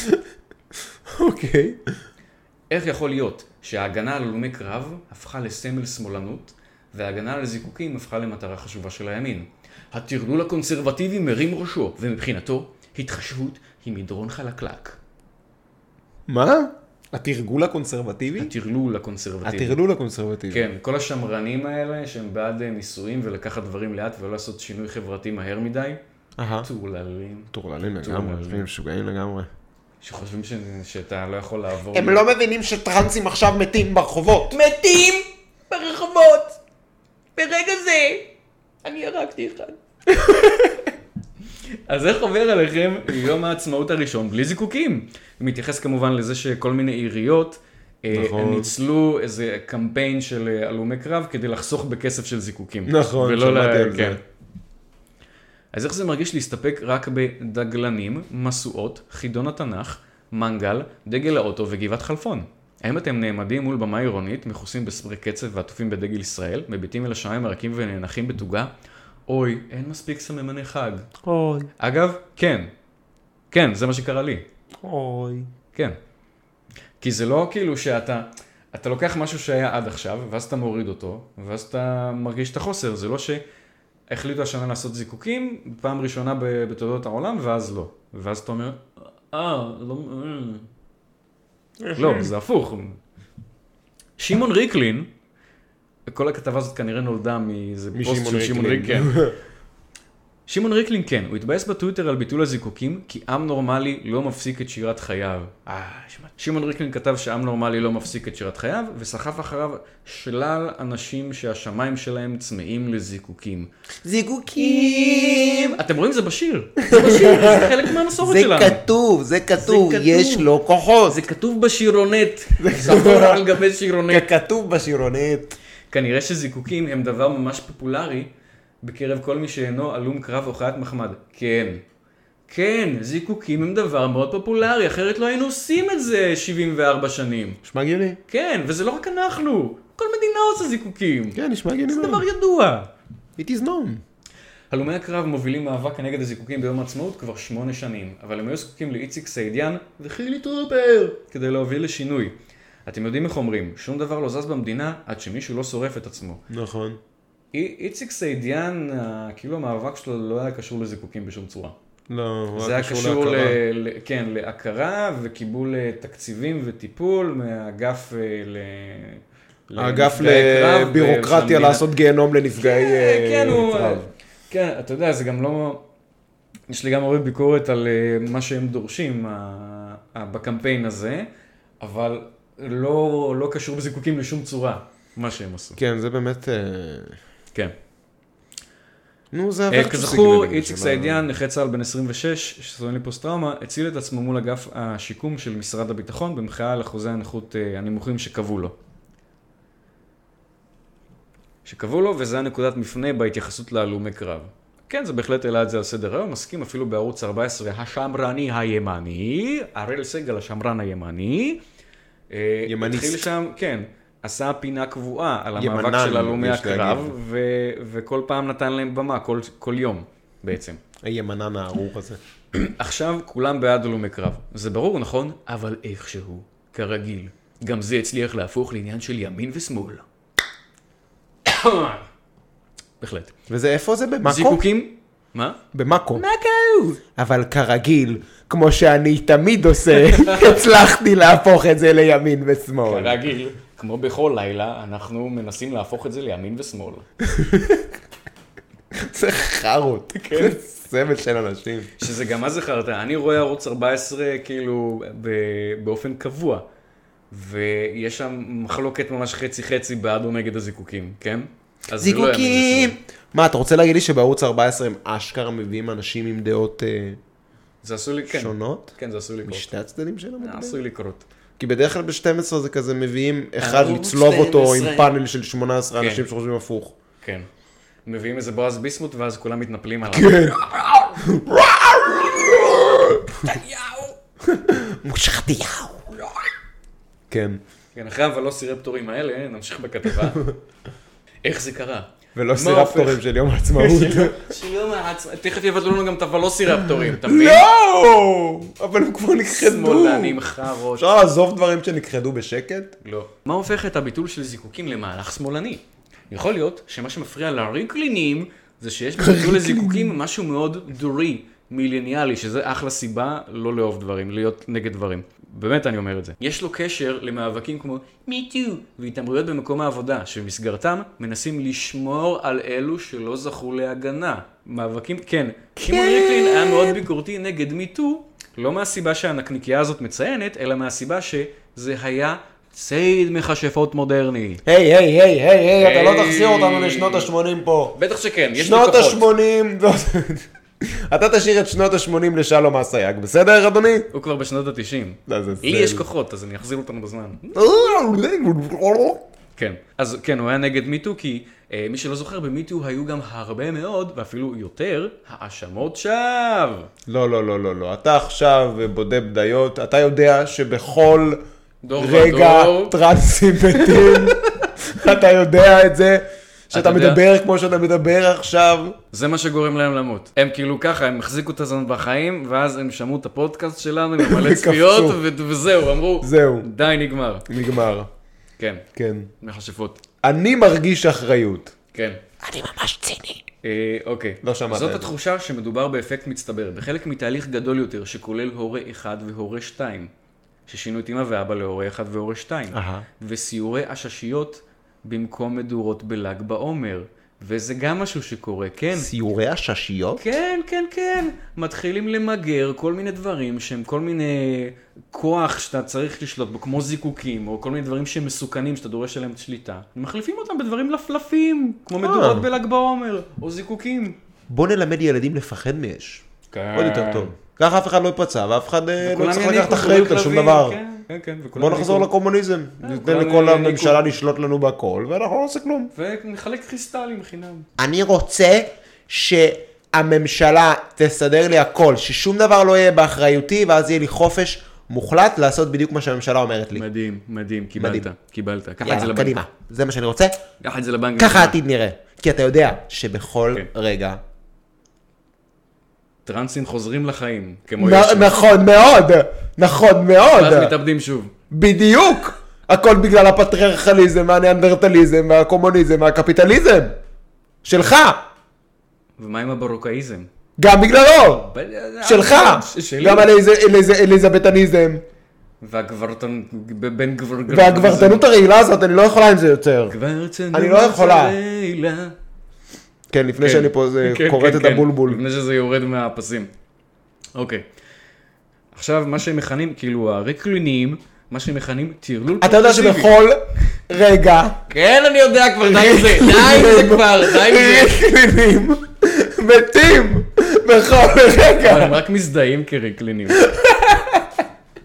[SPEAKER 1] אוקיי.
[SPEAKER 2] איך יכול להיות שההגנה על הלומי קרב הפכה לסמל שמאלנות, וההגנה על הזיקוקים הפכה למטרה חשובה של הימין? הטרלול הקונסרבטיבי מרים ראשו, ומבחינתו, התחשבות היא מדרון חלקלק.
[SPEAKER 1] מה? התרגול הקונסרבטיבי?
[SPEAKER 2] הטרלול הקונסרבטיבי.
[SPEAKER 1] הטרלול הקונסרבטיבי.
[SPEAKER 2] כן, כל השמרנים האלה שהם בעד ניסויים ולקחת דברים לאט ולא לעשות שינוי חברתי מהר מדי. טורללים.
[SPEAKER 1] טורללים לגמרי, הם משוגעים לגמרי.
[SPEAKER 2] שחושבים ש... שאתה לא יכול לעבור...
[SPEAKER 1] הם לא מבינים שטרנסים עכשיו מתים ברחובות.
[SPEAKER 2] מתים ברחובות! ברגע זה אני הרגתי אחד. אז איך עובר עליכם יום העצמאות הראשון בלי זיקוקים? הוא מתייחס כמובן לזה שכל מיני עיריות נכון. ניצלו איזה קמפיין של הלומי קרב כדי לחסוך בכסף של זיקוקים.
[SPEAKER 1] נכון, שמעתי על זה. כן.
[SPEAKER 2] אז איך זה מרגיש להסתפק רק בדגלנים, מסועות, חידון התנ"ך, מנגל, דגל האוטו וגבעת חלפון? האם אתם נעמדים מול במה עירונית, מכוסים בספרי קצב ועטופים בדגל ישראל, מביטים אל השמיים הרקים ונאנחים בתוגה? אוי, אין מספיק סממני חג.
[SPEAKER 1] אוי.
[SPEAKER 2] אגב, כן. כן, זה מה שקרה לי.
[SPEAKER 1] אוי.
[SPEAKER 2] כן. כי זה לא כאילו שאתה, אתה לוקח משהו שהיה עד עכשיו, ואז אתה מוריד אותו, ואז אתה מרגיש את החוסר. זה לא שהחליטו השנה לעשות זיקוקים, פעם ראשונה בתולדות העולם, ואז לא. ואז אתה אומר, אה, לא... לא, זה הפוך. שמעון ריקלין, כל הכתבה הזאת כנראה נולדה מאיזה פוסט של שמעון ריקלין. שמעון ריקלין כן, הוא התבאס בטוויטר על ביטול הזיקוקים, כי עם נורמלי לא מפסיק את שירת חייו. שמעון ריקלין כתב שעם נורמלי לא מפסיק את שירת חייו, וסחף אחריו שלל אנשים שהשמיים שלהם צמאים לזיקוקים.
[SPEAKER 1] זיקוקים!
[SPEAKER 2] אתם רואים? זה בשיר. זה בשיר, זה חלק מהמסורת שלנו.
[SPEAKER 1] זה כתוב, זה כתוב, יש לו כוחות.
[SPEAKER 2] זה כתוב בשירונט. ספור על גבי שירונט.
[SPEAKER 1] כתוב בשירונט.
[SPEAKER 2] כנראה שזיקוקים הם דבר ממש פופולרי בקרב כל מי שאינו הלום קרב או חיית מחמד. כן, כן, זיקוקים הם דבר מאוד פופולרי, אחרת לא היינו עושים את זה שבעים וארבע שנים.
[SPEAKER 1] נשמע הגיוני.
[SPEAKER 2] כן, וזה לא רק אנחנו, כל מדינה עושה זיקוקים.
[SPEAKER 1] כן, נשמע הגיוני.
[SPEAKER 2] זה דבר ידוע.
[SPEAKER 1] It is known.
[SPEAKER 2] הלומי הקרב מובילים מאבק נגד הזיקוקים ביום העצמאות כבר שמונה שנים, אבל הם היו זקוקים לאיציק סעידיאן וחילי טרופר כדי להוביל לשינוי. אתם יודעים איך אומרים, שום דבר לא זז במדינה עד שמישהו לא שורף את עצמו.
[SPEAKER 1] נכון.
[SPEAKER 2] איציק סעידיאן, כאילו המאבק שלו לא היה קשור לזיקוקים בשום צורה.
[SPEAKER 1] לא, הוא
[SPEAKER 2] היה קשור להכרה. זה היה קשור, ל, כן, להכרה וקיבול תקציבים וטיפול מהאגף ל...
[SPEAKER 1] האגף לבירוקרטיה לעשות גיהנום לנפגעי קרב.
[SPEAKER 2] כן, אתה יודע, זה גם לא... יש לי גם הרבה ביקורת על מה שהם דורשים בקמפיין הזה, אבל לא, לא קשור בזיקוקים לשום צורה, מה שהם עשו.
[SPEAKER 1] כן, זה באמת...
[SPEAKER 2] כן.
[SPEAKER 1] נו, זה עבר
[SPEAKER 2] כזכור, איציק סעידיאן, נכה צה"ל בן עשרים ושש, שסובל מפוסט-טראומה, הציל את עצמו מול אגף השיקום של משרד הביטחון, במחאה על אחוזי הנכות הנמוכים שקבעו לו. שקבעו לו, וזה הנקודת מפנה בהתייחסות להלומי קרב. כן, זה בהחלט העלה את זה על סדר היום, מסכים אפילו בערוץ ארבע עשרה, השמרני הימני, הראל סגל השמרן הימני.
[SPEAKER 1] ימניסט.
[SPEAKER 2] התחיל שם, כן, עשה פינה קבועה על המאבק של הלומי הקרב, ו- וכל פעם נתן להם במה, כל, כל יום בעצם.
[SPEAKER 1] הימנן הארור הזה.
[SPEAKER 2] עכשיו כולם בעד הלומי קרב, זה ברור, נכון? אבל איכשהו, כרגיל, גם זה הצליח להפוך לעניין של ימין ושמאל. בהחלט.
[SPEAKER 1] וזה איפה זה? במאקו?
[SPEAKER 2] זיקוקים? מה?
[SPEAKER 1] במאקו.
[SPEAKER 2] מאקו!
[SPEAKER 1] אבל כרגיל, כמו שאני תמיד עושה, הצלחתי להפוך את זה לימין ושמאל.
[SPEAKER 2] כרגיל, כמו בכל לילה, אנחנו מנסים להפוך את זה לימין ושמאל.
[SPEAKER 1] זה חרות, כן. סבל של אנשים.
[SPEAKER 2] שזה גם מה זה חרת, אני רואה ערוץ ארבע עשרה כאילו באופן קבוע, ויש שם מחלוקת ממש חצי חצי בעד או נגד הזיקוקים, כן?
[SPEAKER 1] זיקוקים! מה, אתה רוצה להגיד לי שבערוץ ארבע עשרה הם אשכרה מביאים אנשים עם דעות שונות?
[SPEAKER 2] כן, זה עשוי לקרות.
[SPEAKER 1] משתי הצדדים של המדבר?
[SPEAKER 2] עשוי לקרות.
[SPEAKER 1] כי בדרך כלל ב-שתים עשרה זה כזה מביאים אחד לצלוב אותו עם פאנל של שמונה עשרה אנשים שחושבים הפוך.
[SPEAKER 2] כן. מביאים איזה בועז ביסמוט ואז כולם מתנפלים עליו.
[SPEAKER 1] כן. מושחתיהו. כן.
[SPEAKER 2] כן, אחרי הוולוסירפטורים האלה, נמשיך בכתבה. איך זה קרה?
[SPEAKER 1] ולוסירפטורים של יום העצמאות.
[SPEAKER 2] של יום העצמאות. תכף יבטלו לנו גם את הוולוסירפטורים, אתה מבין?
[SPEAKER 1] לא! אבל הם כבר נכחדו.
[SPEAKER 2] שמאלנים חרות.
[SPEAKER 1] אפשר לעזוב דברים שנכחדו בשקט?
[SPEAKER 2] לא. מה הופך את הביטול של זיקוקים למהלך שמאלני? יכול להיות שמה שמפריע לריקלינים זה שיש בביטול לזיקוקים משהו מאוד דורי, מיליניאלי, שזה אחלה סיבה לא לאהוב דברים, להיות נגד דברים. באמת אני אומר את זה. יש לו קשר למאבקים כמו Me Too והתעמרויות במקום העבודה, שבמסגרתם מנסים לשמור על אלו שלא זכו להגנה. מאבקים, כן. שמעון ריקלין היה מאוד ביקורתי נגד Me Too, לא מהסיבה שהנקניקייה הזאת מציינת, אלא מהסיבה שזה היה ציד מכשפות מודרני.
[SPEAKER 1] היי, היי, היי, היי, היי, אתה לא תחזיר אותנו לשנות ה-שמונים פה.
[SPEAKER 2] בטח שכן, יש לי כוחות.
[SPEAKER 1] שנות ה-שמונים, אתה תשאיר את שנות ה-שמונים לשלום אסייג, בסדר, אדוני?
[SPEAKER 2] הוא כבר בשנות ה-תשעים. לי יש כוחות, אז אני אחזיר אותנו בזמן. כן, אז כן, הוא היה נגד מיטו, כי מי שלא זוכר, במיטו היו גם הרבה מאוד, ואפילו יותר, האשמות שווא.
[SPEAKER 1] לא, לא, לא, לא, לא. אתה עכשיו בודה בדיות, אתה יודע שבכל רגע טרנסים מתים, אתה יודע את זה. שאתה מדבר כמו שאתה מדבר עכשיו.
[SPEAKER 2] זה מה שגורם להם למות. הם כאילו ככה, הם החזיקו את הזמן בחיים, ואז הם שמעו את הפודקאסט שלנו, עם מלא צפיות, וזהו, אמרו,
[SPEAKER 1] זהו.
[SPEAKER 2] די, נגמר.
[SPEAKER 1] נגמר.
[SPEAKER 2] כן.
[SPEAKER 1] כן.
[SPEAKER 2] מכשפות.
[SPEAKER 1] אני מרגיש אחריות.
[SPEAKER 2] כן.
[SPEAKER 1] אני ממש ציני.
[SPEAKER 2] אוקיי.
[SPEAKER 1] לא שמעת.
[SPEAKER 2] זאת התחושה שמדובר באפקט מצטבר, בחלק מתהליך גדול יותר, שכולל הורה אחד והורה שתיים, ששינו את אמא ואבא להורה אחד והורה שתיים, וסיורי עששיות במקום מדורות בל"ג בעומר, וזה גם משהו שקורה, כן.
[SPEAKER 1] סיורי עששיות?
[SPEAKER 2] כן, כן, כן. מתחילים למגר כל מיני דברים שהם כל מיני כוח שאתה צריך לשלוט בו, כמו זיקוקים, או כל מיני דברים שהם מסוכנים שאתה דורש עליהם שליטה. מחליפים אותם בדברים לפלפים, כמו מדורות בל"ג בעומר, או זיקוקים.
[SPEAKER 1] בוא נלמד ילדים לפחד מאש. כן. עוד יותר טוב. ככה אף אחד לא יפצע, ואף אחד לא צריך לקחת אחריות על שום דבר.
[SPEAKER 2] כן, כן.
[SPEAKER 1] בוא נחזור לקומוניזם. ניתן לכל הממשלה לשלוט לנו בהכל, ואנחנו לא עושה כלום.
[SPEAKER 2] ונחלק קריסטלים בחינם.
[SPEAKER 1] אני רוצה שהממשלה תסדר לי הכל, ששום דבר לא יהיה באחריותי, ואז יהיה לי חופש מוחלט לעשות בדיוק מה שהממשלה אומרת לי.
[SPEAKER 2] מדהים, מדהים, קיבלת, קיבלת. קחה את זה
[SPEAKER 1] יאללה,
[SPEAKER 2] לבנק.
[SPEAKER 1] קדימה, זה מה שאני רוצה.
[SPEAKER 2] קחה את זה לבנק.
[SPEAKER 1] ככה העתיד נראה. כי אתה יודע שבכל רגע
[SPEAKER 2] טרנסים חוזרים לחיים, כמו ישו.
[SPEAKER 1] נכון מאוד, נכון מאוד.
[SPEAKER 2] ואז מתאבדים שוב.
[SPEAKER 1] בדיוק. הכל בגלל הפטריארכליזם, והניאנדרטליזם, והקומוניזם, והקפיטליזם. שלך.
[SPEAKER 2] ומה עם הברוקאיזם?
[SPEAKER 1] גם בגללו. שלך. גם על אליזבטניזם.
[SPEAKER 2] והגברתנות,
[SPEAKER 1] והגברתנות הרעילה הזאת, אני לא יכולה עם זה יותר. אני לא יכולה. כן, לפני שאני פה קוראת את הבולבול.
[SPEAKER 2] לפני שזה יורד מהפסים. אוקיי. עכשיו, מה שהם מכנים, כאילו, הריקליניים, מה שהם מכנים, טרלול
[SPEAKER 1] פרוגרסיבי. אתה יודע שבכל רגע...
[SPEAKER 2] כן, אני יודע כבר, די עם זה, די עם זה כבר, די עם זה.
[SPEAKER 1] ריקלינים מתים בכל רגע.
[SPEAKER 2] הם רק מזדהים כריקלינים.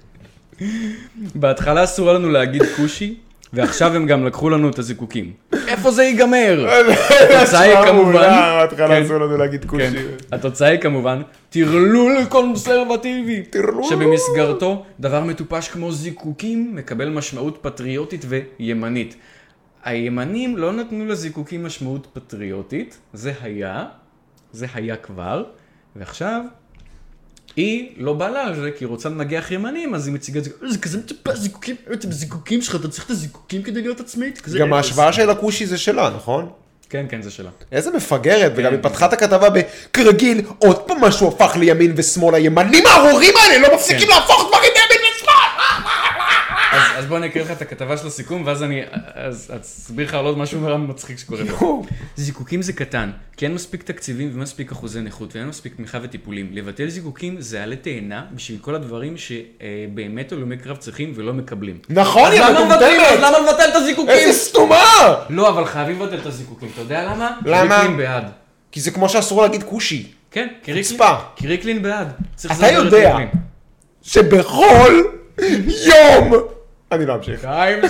[SPEAKER 2] בהתחלה אסור לנו להגיד קושי, ועכשיו הם גם לקחו לנו את הזיקוקים. איפה זה ייגמר? התוצאה היא כמובן...
[SPEAKER 1] התחלה עשו לנו להגיד קושי.
[SPEAKER 2] התוצאה היא כמובן טרלול קונסרבטיבי. שבמסגרתו דבר מטופש כמו זיקוקים מקבל משמעות פטריוטית וימנית. הימנים לא נתנו לזיקוקים משמעות פטריוטית, זה היה, זה היה כבר, ועכשיו היא לא באה לה על זה, כי היא רוצה לנגח ימנים, אז היא מציגה את זה, זה כזה מטופש, זיקוקים, אתם זיקוקים שלך, אתה צריך את הזיקוקים כדי להיות עצמית.
[SPEAKER 1] גם ההשוואה של הקושי זה שלה, נכון?
[SPEAKER 2] כן, כן, זה שלה.
[SPEAKER 1] איזה מפגרת, וגם היא פתחה את הכתבה בכרגיל, עוד פעם משהו הפך לימין ושמאל, הימנים הארורים האלה לא מפסיקים להפוך דברים לימין ושמאל!
[SPEAKER 2] אז בוא אני אקריא לך את הכתבה של הסיכום, ואז אני אסביר לך על עוד משהו נורא מצחיק שקורה פה. זיקוקים זה קטן, כי אין מספיק תקציבים ומספיק אחוזי נכות, ואין מספיק תמיכה וטיפולים. לבטל זיקוקים זה עלה תאנה בשביל כל הדברים שבאמת הלומי קרב צריכים ולא מקבלים.
[SPEAKER 1] נכון,
[SPEAKER 2] אז למה מבטלים? אז למה מבטל את הזיקוקים?
[SPEAKER 1] איזה סתומה!
[SPEAKER 2] לא, אבל חייבים לבטל את הזיקוקים. אתה יודע למה?
[SPEAKER 1] למה?
[SPEAKER 2] קריקלין בעד.
[SPEAKER 1] כי זה כמו שאסור להגיד קושי.
[SPEAKER 2] כן, קריקלין בעד.
[SPEAKER 1] אתה יודע שבכל יום... אני לא אמשיך.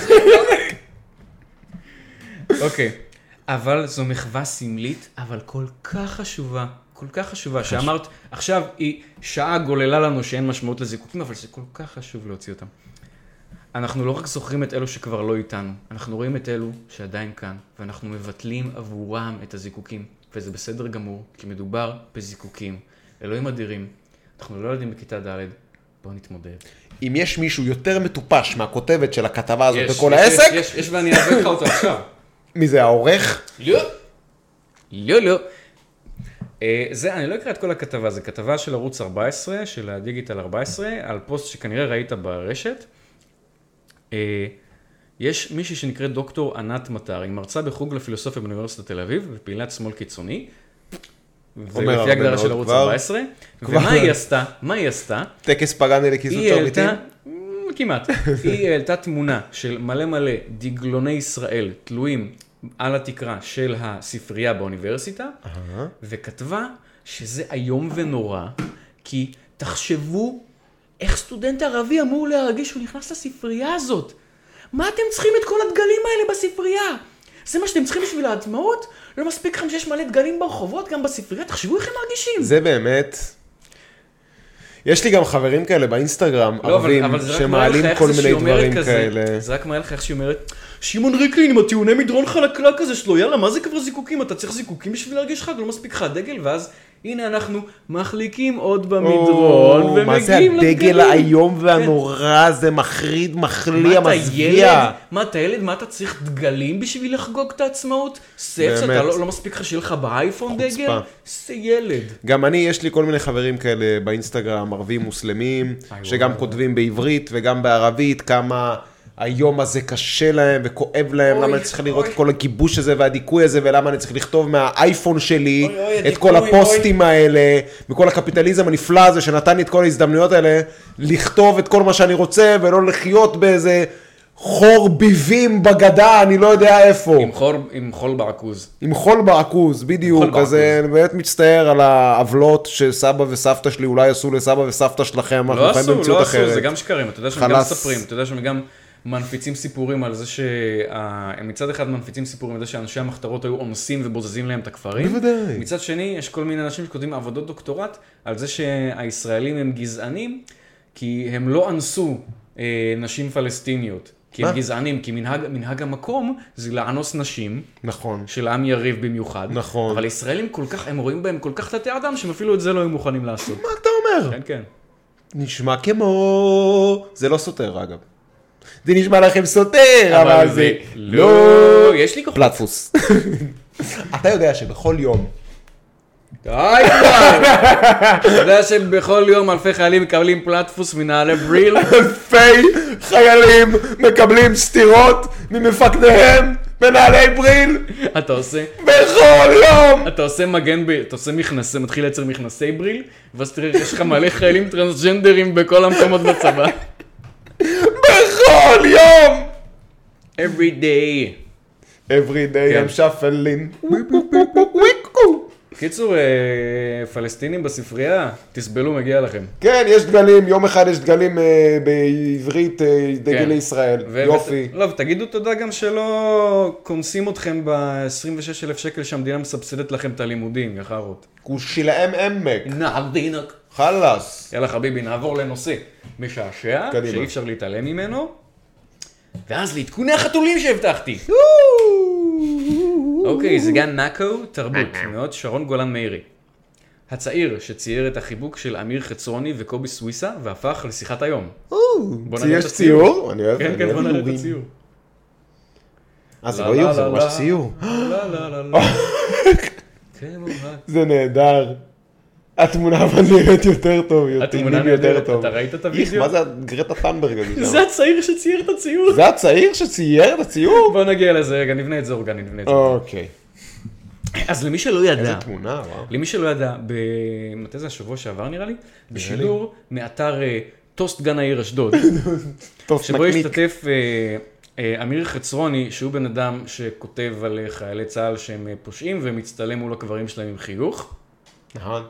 [SPEAKER 2] אוקיי, אבל זו מחווה סמלית, אבל כל כך חשובה, כל כך חשובה, שאמרת, עכשיו היא שעה גוללה לנו שאין משמעות לזיקוקים, אבל זה כל כך חשוב להוציא אותם. אנחנו לא רק זוכרים את אלו שכבר לא איתנו, אנחנו רואים את אלו שעדיין כאן, ואנחנו מבטלים עבורם את הזיקוקים, וזה בסדר גמור, כי מדובר בזיקוקים. אלוהים אדירים, אנחנו לא יודעים בכיתה ד', בואו נתמודד.
[SPEAKER 1] אם יש מישהו יותר מטופש מהכותבת של הכתבה הזאת
[SPEAKER 2] יש,
[SPEAKER 1] בכל
[SPEAKER 2] יש,
[SPEAKER 1] העסק...
[SPEAKER 2] יש, יש, יש ואני אעזור לך אותו עכשיו.
[SPEAKER 1] מי זה, העורך?
[SPEAKER 2] לא. לא, לא. זה, אני לא אקרא את כל הכתבה, זה כתבה של ערוץ ארבע עשרה, של הדיגיטל ארבע עשרה, על פוסט שכנראה ראית ברשת. יש מישהי שנקראת דוקטור ענת מטר, היא מרצה בחוג לפילוסופיה באוניברסיטת תל אביב, ופעילת שמאל קיצוני. ולפי הגדרה של ערוץ ארבע עשרה. ומה היא עשתה? מה היא עשתה?
[SPEAKER 1] טקס פגני לכיסות שרביטים?
[SPEAKER 2] כמעט. היא העלתה תמונה של מלא מלא דגלוני ישראל תלויים על התקרה של הספרייה באוניברסיטה, וכתבה שזה היום ונורא, כי תחשבו איך סטודנט ערבי אמור להרגיש שהוא נכנס לספרייה הזאת. מה אתם צריכים את כל הדגלים האלה בספרייה? זה מה שאתם צריכים בשביל העצמאות? לא מספיק לכם שיש מלא דגלים ברחובות, גם בספרייה, תחשבו איך הם מרגישים.
[SPEAKER 1] זה באמת... יש לי גם חברים כאלה באינסטגרם, ערבים, שמעלים כל מיני דברים כאלה.
[SPEAKER 2] זה רק מראה לך איך שהיא אומרת, שמעון ריקלין עם הטיעוני מדרון חלקלק הזה שלו, יאללה, מה זה כבר זיקוקים? אתה צריך זיקוקים בשביל להרגיש חג, לא מספיק לך דגל, ואז הנה אנחנו מחליקים עוד במדרון, ומגיעים לדגלים.
[SPEAKER 1] מה זה הדגל האיום והנורא, זה מחריד, מחליע, מזוויע.
[SPEAKER 2] מה אתה ילד, מה אתה צריך דגלים בשביל לחגוג את העצמאות? ספס, אתה לא מספיק לך שיהיה לך באייפון דגל? זה ילד.
[SPEAKER 1] גם אני, יש לי כל מיני חברים כאלה באינסטגרם, ערבים מוסלמים, שגם כותבים בעברית וגם בערבית, כמה... היום הזה קשה להם וכואב להם, אוי, למה אני צריך לראות אוי. את כל הכיבוש הזה והדיכוי הזה, ולמה אני צריך לכתוב מהאייפון שלי אוי, אוי, את הדיכוי, כל הפוסטים אוי. האלה, מכל הקפיטליזם הנפלא הזה שנתן לי את כל ההזדמנויות האלה, לכתוב את כל מה שאני רוצה, ולא לחיות באיזה חור ביבים בגדה, אני לא יודע איפה.
[SPEAKER 2] עם חור, עם חול בעכוז.
[SPEAKER 1] עם חול בעכוז, בדיוק. אז אני באמת מצטער על העוולות שסבא וסבתא שלי אולי עשו לסבא וסבתא שלכם,
[SPEAKER 2] לא עשו, לא עשו, זה גם שקרים, אתה יודע שהם גם מספרים, אתה יודע שהם גם... מנפיצים סיפורים על זה שהם מצד אחד מנפיצים סיפורים על זה שאנשי המחתרות היו אונסים ובוזזים להם את הכפרים.
[SPEAKER 1] בוודאי.
[SPEAKER 2] מצד שני, יש כל מיני אנשים שכותבים עבודות דוקטורט על זה שהישראלים הם גזענים, כי הם לא אנסו אה, נשים פלסטיניות. כי הם גזענים, כי מנהג, מנהג המקום זה לאנוס נשים.
[SPEAKER 1] נכון.
[SPEAKER 2] של עם יריב במיוחד.
[SPEAKER 1] נכון.
[SPEAKER 2] אבל ישראלים כל כך, הם רואים בהם כל כך תתי אדם, שהם אפילו את זה לא היו מוכנים לעשות.
[SPEAKER 1] מה אתה אומר?
[SPEAKER 2] כן, כן.
[SPEAKER 1] נשמע כמו... זה לא סותר, אגב. זה נשמע לכם סותר, אבל זה לא...
[SPEAKER 2] יש לי כוחות.
[SPEAKER 1] פלטפוס. אתה יודע שבכל יום...
[SPEAKER 2] די כבר! אתה יודע שבכל יום אלפי חיילים מקבלים פלטפוס מנהלי בריל?
[SPEAKER 1] אלפי חיילים מקבלים סתירות ממפקדיהם מנהלי בריל?
[SPEAKER 2] אתה עושה...
[SPEAKER 1] בכל יום!
[SPEAKER 2] אתה עושה מגן ב... אתה עושה מכנסי, מתחיל לייצר מכנסי בריל, ואז תראה, יש לך מלא חיילים טרנסג'נדרים בכל המקומות בצבא.
[SPEAKER 1] בכל יום!
[SPEAKER 2] Every day.
[SPEAKER 1] Every day I'm shuffling.
[SPEAKER 2] קיצור, פלסטינים בספרייה, תסבלו, מגיע לכם.
[SPEAKER 1] כן, יש דגלים, יום אחד יש דגלים בעברית, דגל לישראל, יופי.
[SPEAKER 2] לא, ותגידו תודה גם שלא קונסים אתכם ב-עשרים ושש אלף שקל שהמדינה מסבסדת לכם את הלימודים, יחרות.
[SPEAKER 1] כושילהם עמק.
[SPEAKER 2] נעדינק.
[SPEAKER 1] חלאס.
[SPEAKER 2] יאללה חביבי, נעבור לנושא משעשע, שאי אפשר להתעלם ממנו, ואז לעדכוני החתולים שהבטחתי. אוקיי, זה גן נאקו, תרבות, מאוד שרון גולן מאירי. הצעיר שצייר את החיבוק של אמיר חצרוני וקובי סוויסה, והפך לשיחת היום.
[SPEAKER 1] צייר ציור?
[SPEAKER 2] כן, כן, בוא נראה את הציור.
[SPEAKER 1] אה, זה לא איור, זה ממש ציור. זה נהדר. התמונה אבל נראית יותר טוב,
[SPEAKER 2] התמונה נהדרת, אתה ראית את הוידאו?
[SPEAKER 1] מה זה גרטה טנברג הזה?
[SPEAKER 2] זה הצעיר שצייר את הציור.
[SPEAKER 1] זה הצעיר שצייר את הציור?
[SPEAKER 2] בוא נגיע לזה רגע, נבנה את זה אורגני, נבנה את זה.
[SPEAKER 1] אוקיי.
[SPEAKER 2] אז למי שלא ידע,
[SPEAKER 1] איזה תמונה, וואו.
[SPEAKER 2] למי שלא ידע, מתי זה השבוע שעבר נראה לי? בשידור מאתר טוסט גן העיר אשדוד, שבו השתתף אמיר חצרוני, שהוא בן אדם שכותב על חיילי צה"ל שהם פושעים ומצטלם מול הקברים שלהם עם חיוך.
[SPEAKER 1] נכון.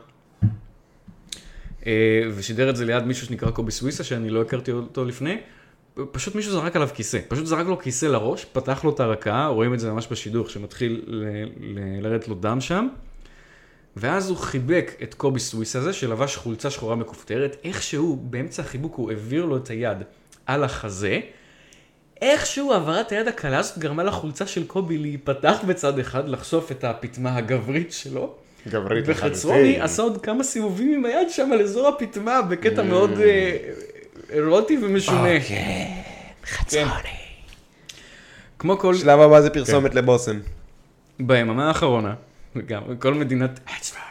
[SPEAKER 2] ושידר את זה ליד מישהו שנקרא קובי סוויסה, שאני לא הכרתי אותו לפני. פשוט מישהו זרק עליו כיסא, פשוט זרק לו כיסא לראש, פתח לו את הרקעה, רואים את זה ממש בשידור, שמתחיל לרדת לו דם שם, ואז הוא חיבק את קובי סוויסה הזה, שלבש חולצה שחורה מכופתרת, איכשהו באמצע החיבוק הוא העביר לו את היד על החזה, איכשהו העברת היד הקלה הזאת גרמה לחולצה של קובי להיפתח בצד אחד, לחשוף את הפתמה הגברית שלו,
[SPEAKER 1] גברית
[SPEAKER 2] וחצרוני עשה עוד כמה סיבובים עם היד שם על אזור הפתמה, בקטע מאוד אירוטי ומשונה.
[SPEAKER 1] אוקיי, חצרוני.
[SPEAKER 2] כמו כל...
[SPEAKER 1] שלב הבא זה פרסומת לבוסן.
[SPEAKER 2] ביממה האחרונה, וגם כל מדינת...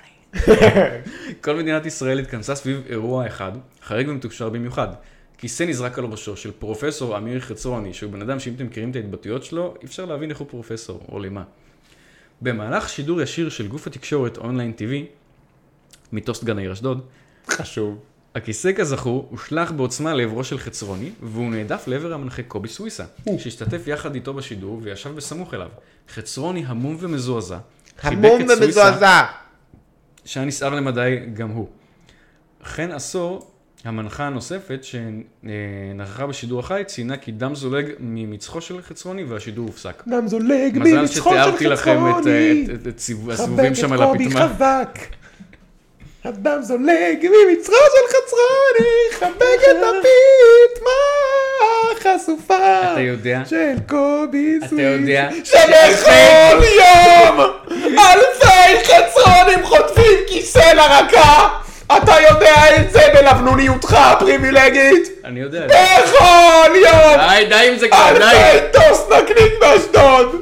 [SPEAKER 2] כל מדינת ישראל התכנסה סביב אירוע אחד, חריג ומתוקשר במיוחד. כיסא נזרק על ראשו של פרופסור אמיר חצרוני, שהוא בן אדם שאם אתם מכירים את ההתבטאויות שלו, אי אפשר להבין איך הוא פרופסור, או למה. במהלך שידור ישיר של גוף התקשורת אונליין טיווי, מטוסט גן העיר אשדוד,
[SPEAKER 1] חשוב.
[SPEAKER 2] הכיסא כזכור הושלח בעוצמה לעברו של חצרוני, והוא נעדף לעבר המנחה קובי סוויסה, שהשתתף יחד איתו בשידור וישב בסמוך אליו. חצרוני המום ומזועזע,
[SPEAKER 1] המום ומזועזע,
[SPEAKER 2] שהיה נסער למדי גם הוא. אכן עשור, המנחה הנוספת שנכחה בשידור החי ציינה כי דם זולג ממצחו של חצרוני והשידור הופסק.
[SPEAKER 1] דם זולג ממצחו של חצרוני.
[SPEAKER 2] מזל שתיארתי לכם את הסיבובים שם על הפתמה.
[SPEAKER 1] חבק את קובי חבק. הדם זולג ממצחו של חצרוני, חבק את הפתמה חשופה.
[SPEAKER 2] אתה יודע?
[SPEAKER 1] של קובי סוויסה.
[SPEAKER 2] אתה יודע?
[SPEAKER 1] שבכל יום אלפי חצרונים חוטפים כיסא לרקה. אתה יודע את זה בלבנוניותך הפריבילגית?
[SPEAKER 2] אני יודע.
[SPEAKER 1] בכל יום!
[SPEAKER 2] די, די עם זה כבר, די.
[SPEAKER 1] אלפי טוסט נקניק באשדוד!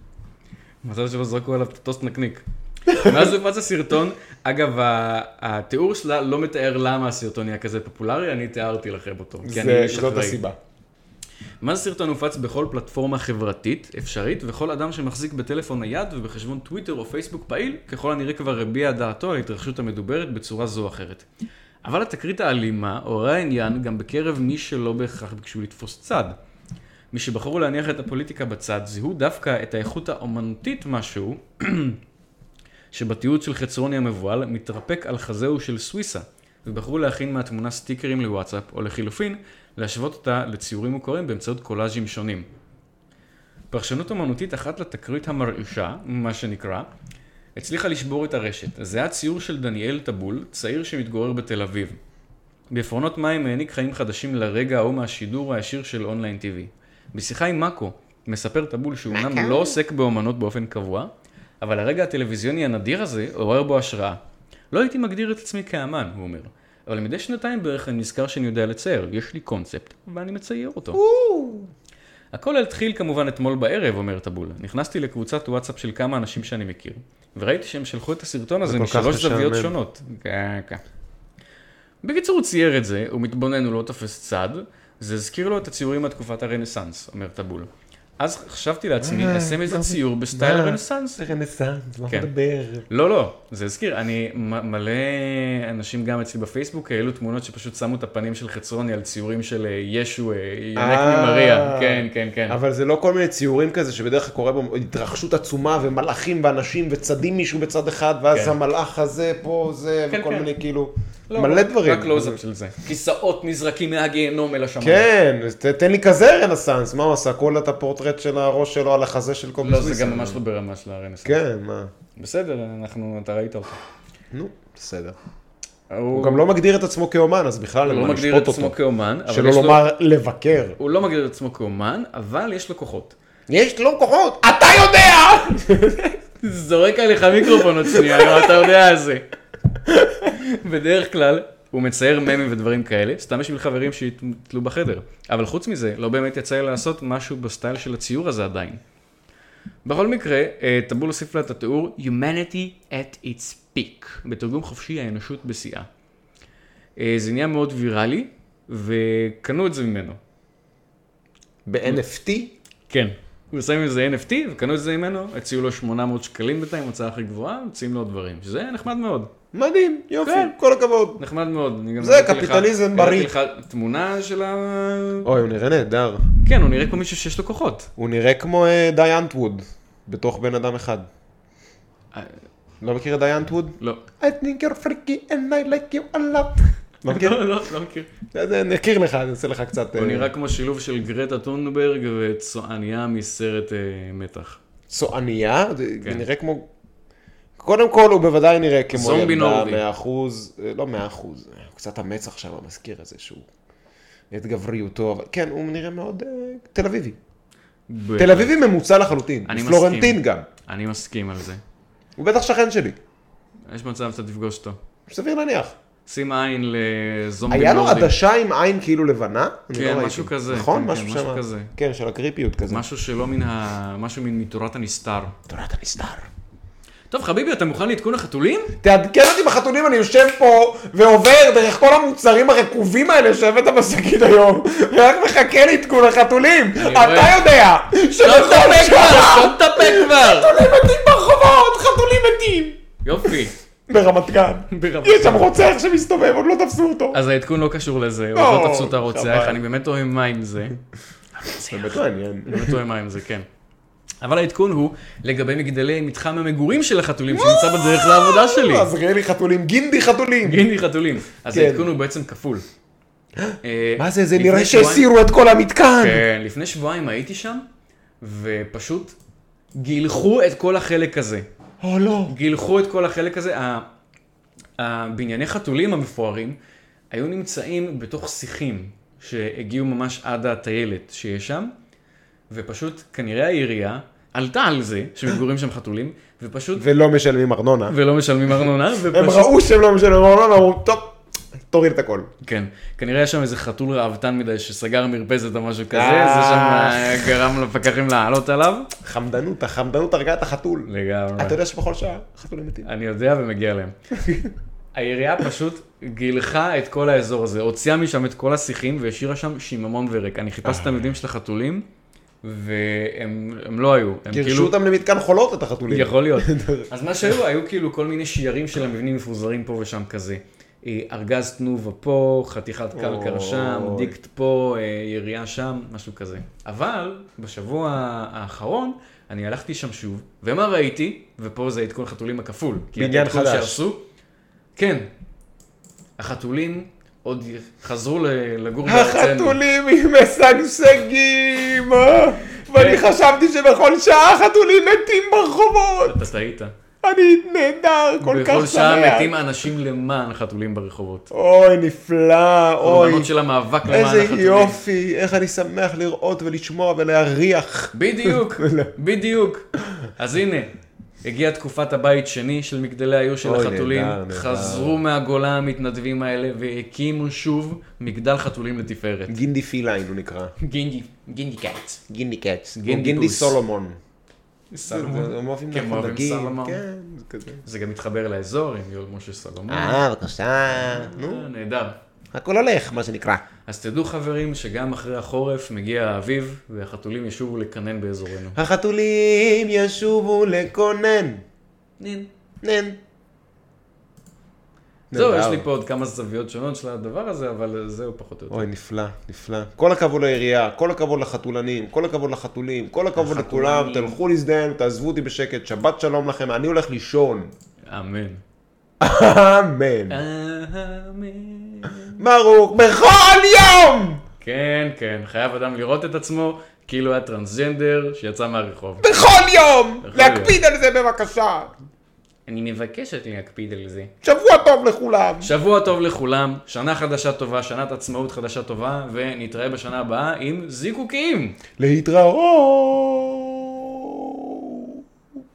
[SPEAKER 2] מזל שלא זרקו עליו טוסט נקניק. ואז הופץ הסרטון, אגב, התיאור שלה לא מתאר למה הסרטון היה כזה פופולרי, אני תיארתי לכם אותו.
[SPEAKER 1] זאת הסיבה.
[SPEAKER 2] מה זה סרטון הופץ בכל פלטפורמה חברתית אפשרית, וכל אדם שמחזיק בטלפון נייד ובחשבון טוויטר או פייסבוק פעיל, ככל הנראה כבר הביע דעתו על התרחשות המדוברת בצורה זו או אחרת. אבל התקרית האלימה עוררה עניין גם בקרב מי שלא בהכרח ביקשו לתפוס צד. מי שבחרו להניח את הפוליטיקה בצד, זיהו דווקא את האיכות האומנותית משהו, שבתיעוד של חצרוני המבועל מתרפק על חזהו של סוויסה, ובחרו להכין מהתמונה סטיקרים לוואטסאפ, או לחילופין, להשוות אותה לציורים מוכרים באמצעות קולאז'ים שונים. פרשנות אומנותית אחת לתקרית המרעישה, מה שנקרא, הצליחה לשבור את הרשת. זה הציור של דניאל טבול, צעיר שמתגורר בתל אביב. בעפרונות מים העניק חיים חדשים לרגע ההוא מהשידור הישיר של אונליין טיווי. בשיחה עם מקו, מספר טבול שהוא אומנם לא עוסק באומנות באופן קבוע, אבל הרגע הטלוויזיוני הנדיר הזה עורר בו השראה. לא הייתי מגדיר את עצמי כאמן, הוא אומר. אבל מדי שנתיים בערך אני נזכר שאני יודע לצייר, יש לי קונספט, ואני מצייר אותו. הכל התחיל כמובן אתמול בערב, אומר טבול. נכנסתי לקבוצת וואטסאפ של כמה אנשים שאני מכיר, וראיתי שהם שלחו את הסרטון הזה משלוש זוויות שונות. בקיצור הוא צייר את זה, הוא מתבונן, הוא לא תופס צד, זה הזכיר לו את הציורים מתקופת הרנסנס, אומר טבול. אז חשבתי לעצמי, אשים איזה ציור בסטייל רנסאנס.
[SPEAKER 1] רנסאנס, מה מדבר?
[SPEAKER 2] לא, לא, זה הזכיר, אני מלא אנשים גם אצלי בפייסבוק, העלו תמונות שפשוט שמו את הפנים של חצרוני על ציורים של ישו, יונק ממריה, כן, כן, כן.
[SPEAKER 1] אבל זה לא כל מיני ציורים כזה שבדרך כלל קורה בו התרחשות עצומה ומלאכים ואנשים וצדים מישהו בצד אחד, ואז המלאך הזה פה, זה, וכל מיני כאילו... מלא דברים.
[SPEAKER 2] רק קלוזאפ של זה. כיסאות נזרקים מהגיהנום אל השמיים.
[SPEAKER 1] כן, תן לי כזה רנסאנס, מה הוא עשה? כל את הפורטרט של הראש שלו על החזה של קובי
[SPEAKER 2] סוויסה. לא, זה גם ממש לא ברמה של הרנסאנס.
[SPEAKER 1] כן, מה?
[SPEAKER 2] בסדר, אנחנו, אתה ראית אותו.
[SPEAKER 1] נו, בסדר. הוא גם לא מגדיר את עצמו כאומן, אז בכלל
[SPEAKER 2] הוא לא מגדיר את עצמו כאומן.
[SPEAKER 1] שלא לומר לבקר.
[SPEAKER 2] הוא לא מגדיר את עצמו כאומן, אבל יש לו כוחות.
[SPEAKER 1] יש לו כוחות? אתה יודע!
[SPEAKER 2] זורק עליך מיקרופון עוד שנייה, אתה יודע על זה. בדרך כלל הוא מצייר ממים ודברים כאלה, סתם בשביל חברים שיתלו בחדר. אבל חוץ מזה, לא באמת יצא לי לעשות משהו בסטייל של הציור הזה עדיין. בכל מקרה, טאבול הוסיף לה את התיאור Humanity at its peak, בתרגום חופשי האנושות בשיאה. זה נהיה מאוד ויראלי, וקנו את זה ממנו.
[SPEAKER 1] ב-אן אף טי?
[SPEAKER 2] כן. הוא עושה עם זה אן אף טי, וקנו את זה ממנו, הציעו לו שמונה מאות שקלים בינתיים, הוצאה הכי גבוהה, הציעים לו דברים, שזה נחמד מאוד.
[SPEAKER 1] מדהים, יופי, כל הכבוד.
[SPEAKER 2] נחמד מאוד.
[SPEAKER 1] זה קפיטליזם בריא.
[SPEAKER 2] הראיתי לך תמונה של ה...
[SPEAKER 1] אוי, הוא נראה נהדר.
[SPEAKER 2] כן, הוא נראה כמו מישהו שיש לו כוחות.
[SPEAKER 1] הוא נראה כמו די אנטווד, בתוך בן אדם אחד. לא מכיר את די אנטווד?
[SPEAKER 2] לא.
[SPEAKER 1] I think you're freaky and I like you a lot.
[SPEAKER 2] לא מכיר? לא, לא, לא מכיר.
[SPEAKER 1] נכיר לך, אני אעשה לך קצת...
[SPEAKER 2] הוא נראה כמו שילוב של גרטה טונברג וצועניה מסרט מתח.
[SPEAKER 1] צועניה? זה נראה כמו... קודם כל הוא בוודאי נראה כמו ילדה מאה אחוז, לא מאה אחוז, קצת המצח שם מזכיר איזשהו את גבריותו, אבל כן, הוא נראה מאוד תל אביבי. תל אביבי ממוצע לחלוטין, פלורנטין גם.
[SPEAKER 2] אני מסכים על זה.
[SPEAKER 1] הוא בטח שכן שלי.
[SPEAKER 2] יש מצב שאתה תפגוש אותו.
[SPEAKER 1] סביר להניח.
[SPEAKER 2] שים עין לזומבי
[SPEAKER 1] היה לו עדשה עם עין כאילו לבנה?
[SPEAKER 2] כן, משהו כזה.
[SPEAKER 1] נכון? משהו כזה. כן, של הקריפיות כזה.
[SPEAKER 2] משהו שלא מן ה... משהו מתורת הנסתר.
[SPEAKER 1] תורת הנסתר.
[SPEAKER 2] טוב, חביבי, אתה מוכן להתקון החתולים?
[SPEAKER 1] תעדכן אותי בחתולים, אני יושב פה ועובר דרך כל המוצרים הרקובים האלה שהבאת בשקית היום, ורק מחכה להתקון החתולים. אתה יודע
[SPEAKER 2] שלא תטפק כבר, לא תטפק כבר.
[SPEAKER 1] חתולים מתים ברחובות, חתולים מתים.
[SPEAKER 2] יופי.
[SPEAKER 1] ברמת גן. יש שם רוצח שמסתובב, עוד לא תפסו אותו.
[SPEAKER 2] אז העדכון לא קשור לזה, עוד לא תפסו את הרוצח, אני באמת אוהב מה עם זה.
[SPEAKER 1] זה באמת מעניין.
[SPEAKER 2] באמת אוהב מה עם זה, כן. אבל העדכון הוא לגבי מגדלי מתחם המגורים של החתולים שנמצא בדרך לעבודה שלי.
[SPEAKER 1] אז ראה לי חתולים, גינדי חתולים.
[SPEAKER 2] גינדי חתולים. אז העדכון הוא בעצם כפול.
[SPEAKER 1] מה זה? זה נראה שהסירו את כל המתקן.
[SPEAKER 2] כן, לפני שבועיים הייתי שם, ופשוט גילחו את כל החלק הזה.
[SPEAKER 1] או לא.
[SPEAKER 2] גילחו את כל החלק הזה. הבנייני חתולים המפוארים היו נמצאים בתוך שיחים שהגיעו ממש עד הטיילת שיש שם. ופשוט כנראה העירייה עלתה על זה שמתגוררים שם חתולים, ופשוט...
[SPEAKER 1] ולא משלמים ארנונה.
[SPEAKER 2] ולא משלמים ארנונה, ופשוט...
[SPEAKER 1] הם ראו שהם לא משלמים ארנונה, אמרו, טוב, תוריד את הכל.
[SPEAKER 2] כן, כנראה יש שם איזה חתול רעבתן מדי שסגר מרפסת או משהו כזה, זה שם גרם לפקחים לעלות עליו.
[SPEAKER 1] חמדנות, החמדנות הרגה את החתול.
[SPEAKER 2] לגמרי.
[SPEAKER 1] אתה יודע שבכל שעה חתולים מתים.
[SPEAKER 2] אני יודע ומגיע להם. העירייה פשוט גילחה את כל האזור הזה, הוציאה משם את כל השיחים והשאירה שם שיממון ורק. אני חיפשתי את המבנים של החתולים, והם לא היו.
[SPEAKER 1] גירשו אותם למתקן חולות את החתולים.
[SPEAKER 2] יכול להיות. אז מה שהיו, היו כאילו כל מיני שיירים של המבנים מפוזרים פה ושם כזה. ארגז תנובה פה, חתיכת קלקר שם, דיקט פה, ירייה שם, משהו כזה. אבל בשבוע האחרון אני הלכתי שם שוב, ומה ראיתי? ופה זה עדכון חתולים הכפול.
[SPEAKER 1] בניין חדש.
[SPEAKER 2] שעשו, כן. החתולים עוד חזרו לגור בארצנו.
[SPEAKER 1] החתולים משגשגים, ואני חשבתי שבכל שעה החתולים מתים ברחובות.
[SPEAKER 2] אתה טעית.
[SPEAKER 1] אני נהדר, כל כך שמח.
[SPEAKER 2] בכל שעה מתים אנשים למען חתולים ברחובות.
[SPEAKER 1] אוי, נפלא, אוי.
[SPEAKER 2] קורבנות של המאבק למען החתולים.
[SPEAKER 1] איזה יופי, איך אני שמח לראות ולשמוע ולהריח.
[SPEAKER 2] בדיוק, בדיוק. אז הנה. הגיעה תקופת הבית שני של מגדלי האיור של החתולים, חזרו מהגולה המתנדבים האלה והקימו שוב מגדל חתולים לתפארת.
[SPEAKER 1] גינדי פיליין הוא נקרא.
[SPEAKER 2] גינדי, גינדי קאץ.
[SPEAKER 1] גינדי קאץ. גינדי סולומון.
[SPEAKER 2] סלומון?
[SPEAKER 1] הם אוהבים
[SPEAKER 2] כן, אוהבים סלומון.
[SPEAKER 1] כן, זה כזה.
[SPEAKER 2] זה גם מתחבר לאזור עם יול משה סלומון.
[SPEAKER 1] אה, בבקשה.
[SPEAKER 2] נהדר.
[SPEAKER 1] הכל הולך, מה שנקרא.
[SPEAKER 2] אז תדעו חברים שגם אחרי החורף מגיע האביב, והחתולים ישובו לקנן באזורנו.
[SPEAKER 1] החתולים ישובו לקונן.
[SPEAKER 2] נין.
[SPEAKER 1] נין.
[SPEAKER 2] זהו, יש לי פה עוד כמה זוויות שונות של הדבר הזה, אבל זהו פחות או יותר.
[SPEAKER 1] אוי, נפלא, נפלא. כל הכבוד לעירייה, כל הכבוד לחתולנים, כל הכבוד לחתולים, כל הכבוד לכולם, תלכו להזדהן, תעזבו אותי בשקט, שבת שלום לכם, אני הולך לישון.
[SPEAKER 2] אמן.
[SPEAKER 1] אמן.
[SPEAKER 2] אמן.
[SPEAKER 1] ברוך, בכל יום!
[SPEAKER 2] כן, כן, חייב אדם לראות את עצמו כאילו היה טרנסג'נדר שיצא מהרחוב.
[SPEAKER 1] בכל יום! להקפיד על זה בבקשה.
[SPEAKER 2] אני מבקשת להקפיד על זה.
[SPEAKER 1] שבוע טוב לכולם.
[SPEAKER 2] שבוע טוב לכולם, שנה חדשה טובה, שנת עצמאות חדשה טובה, ונתראה בשנה הבאה עם זיקוקים.
[SPEAKER 1] להתראות.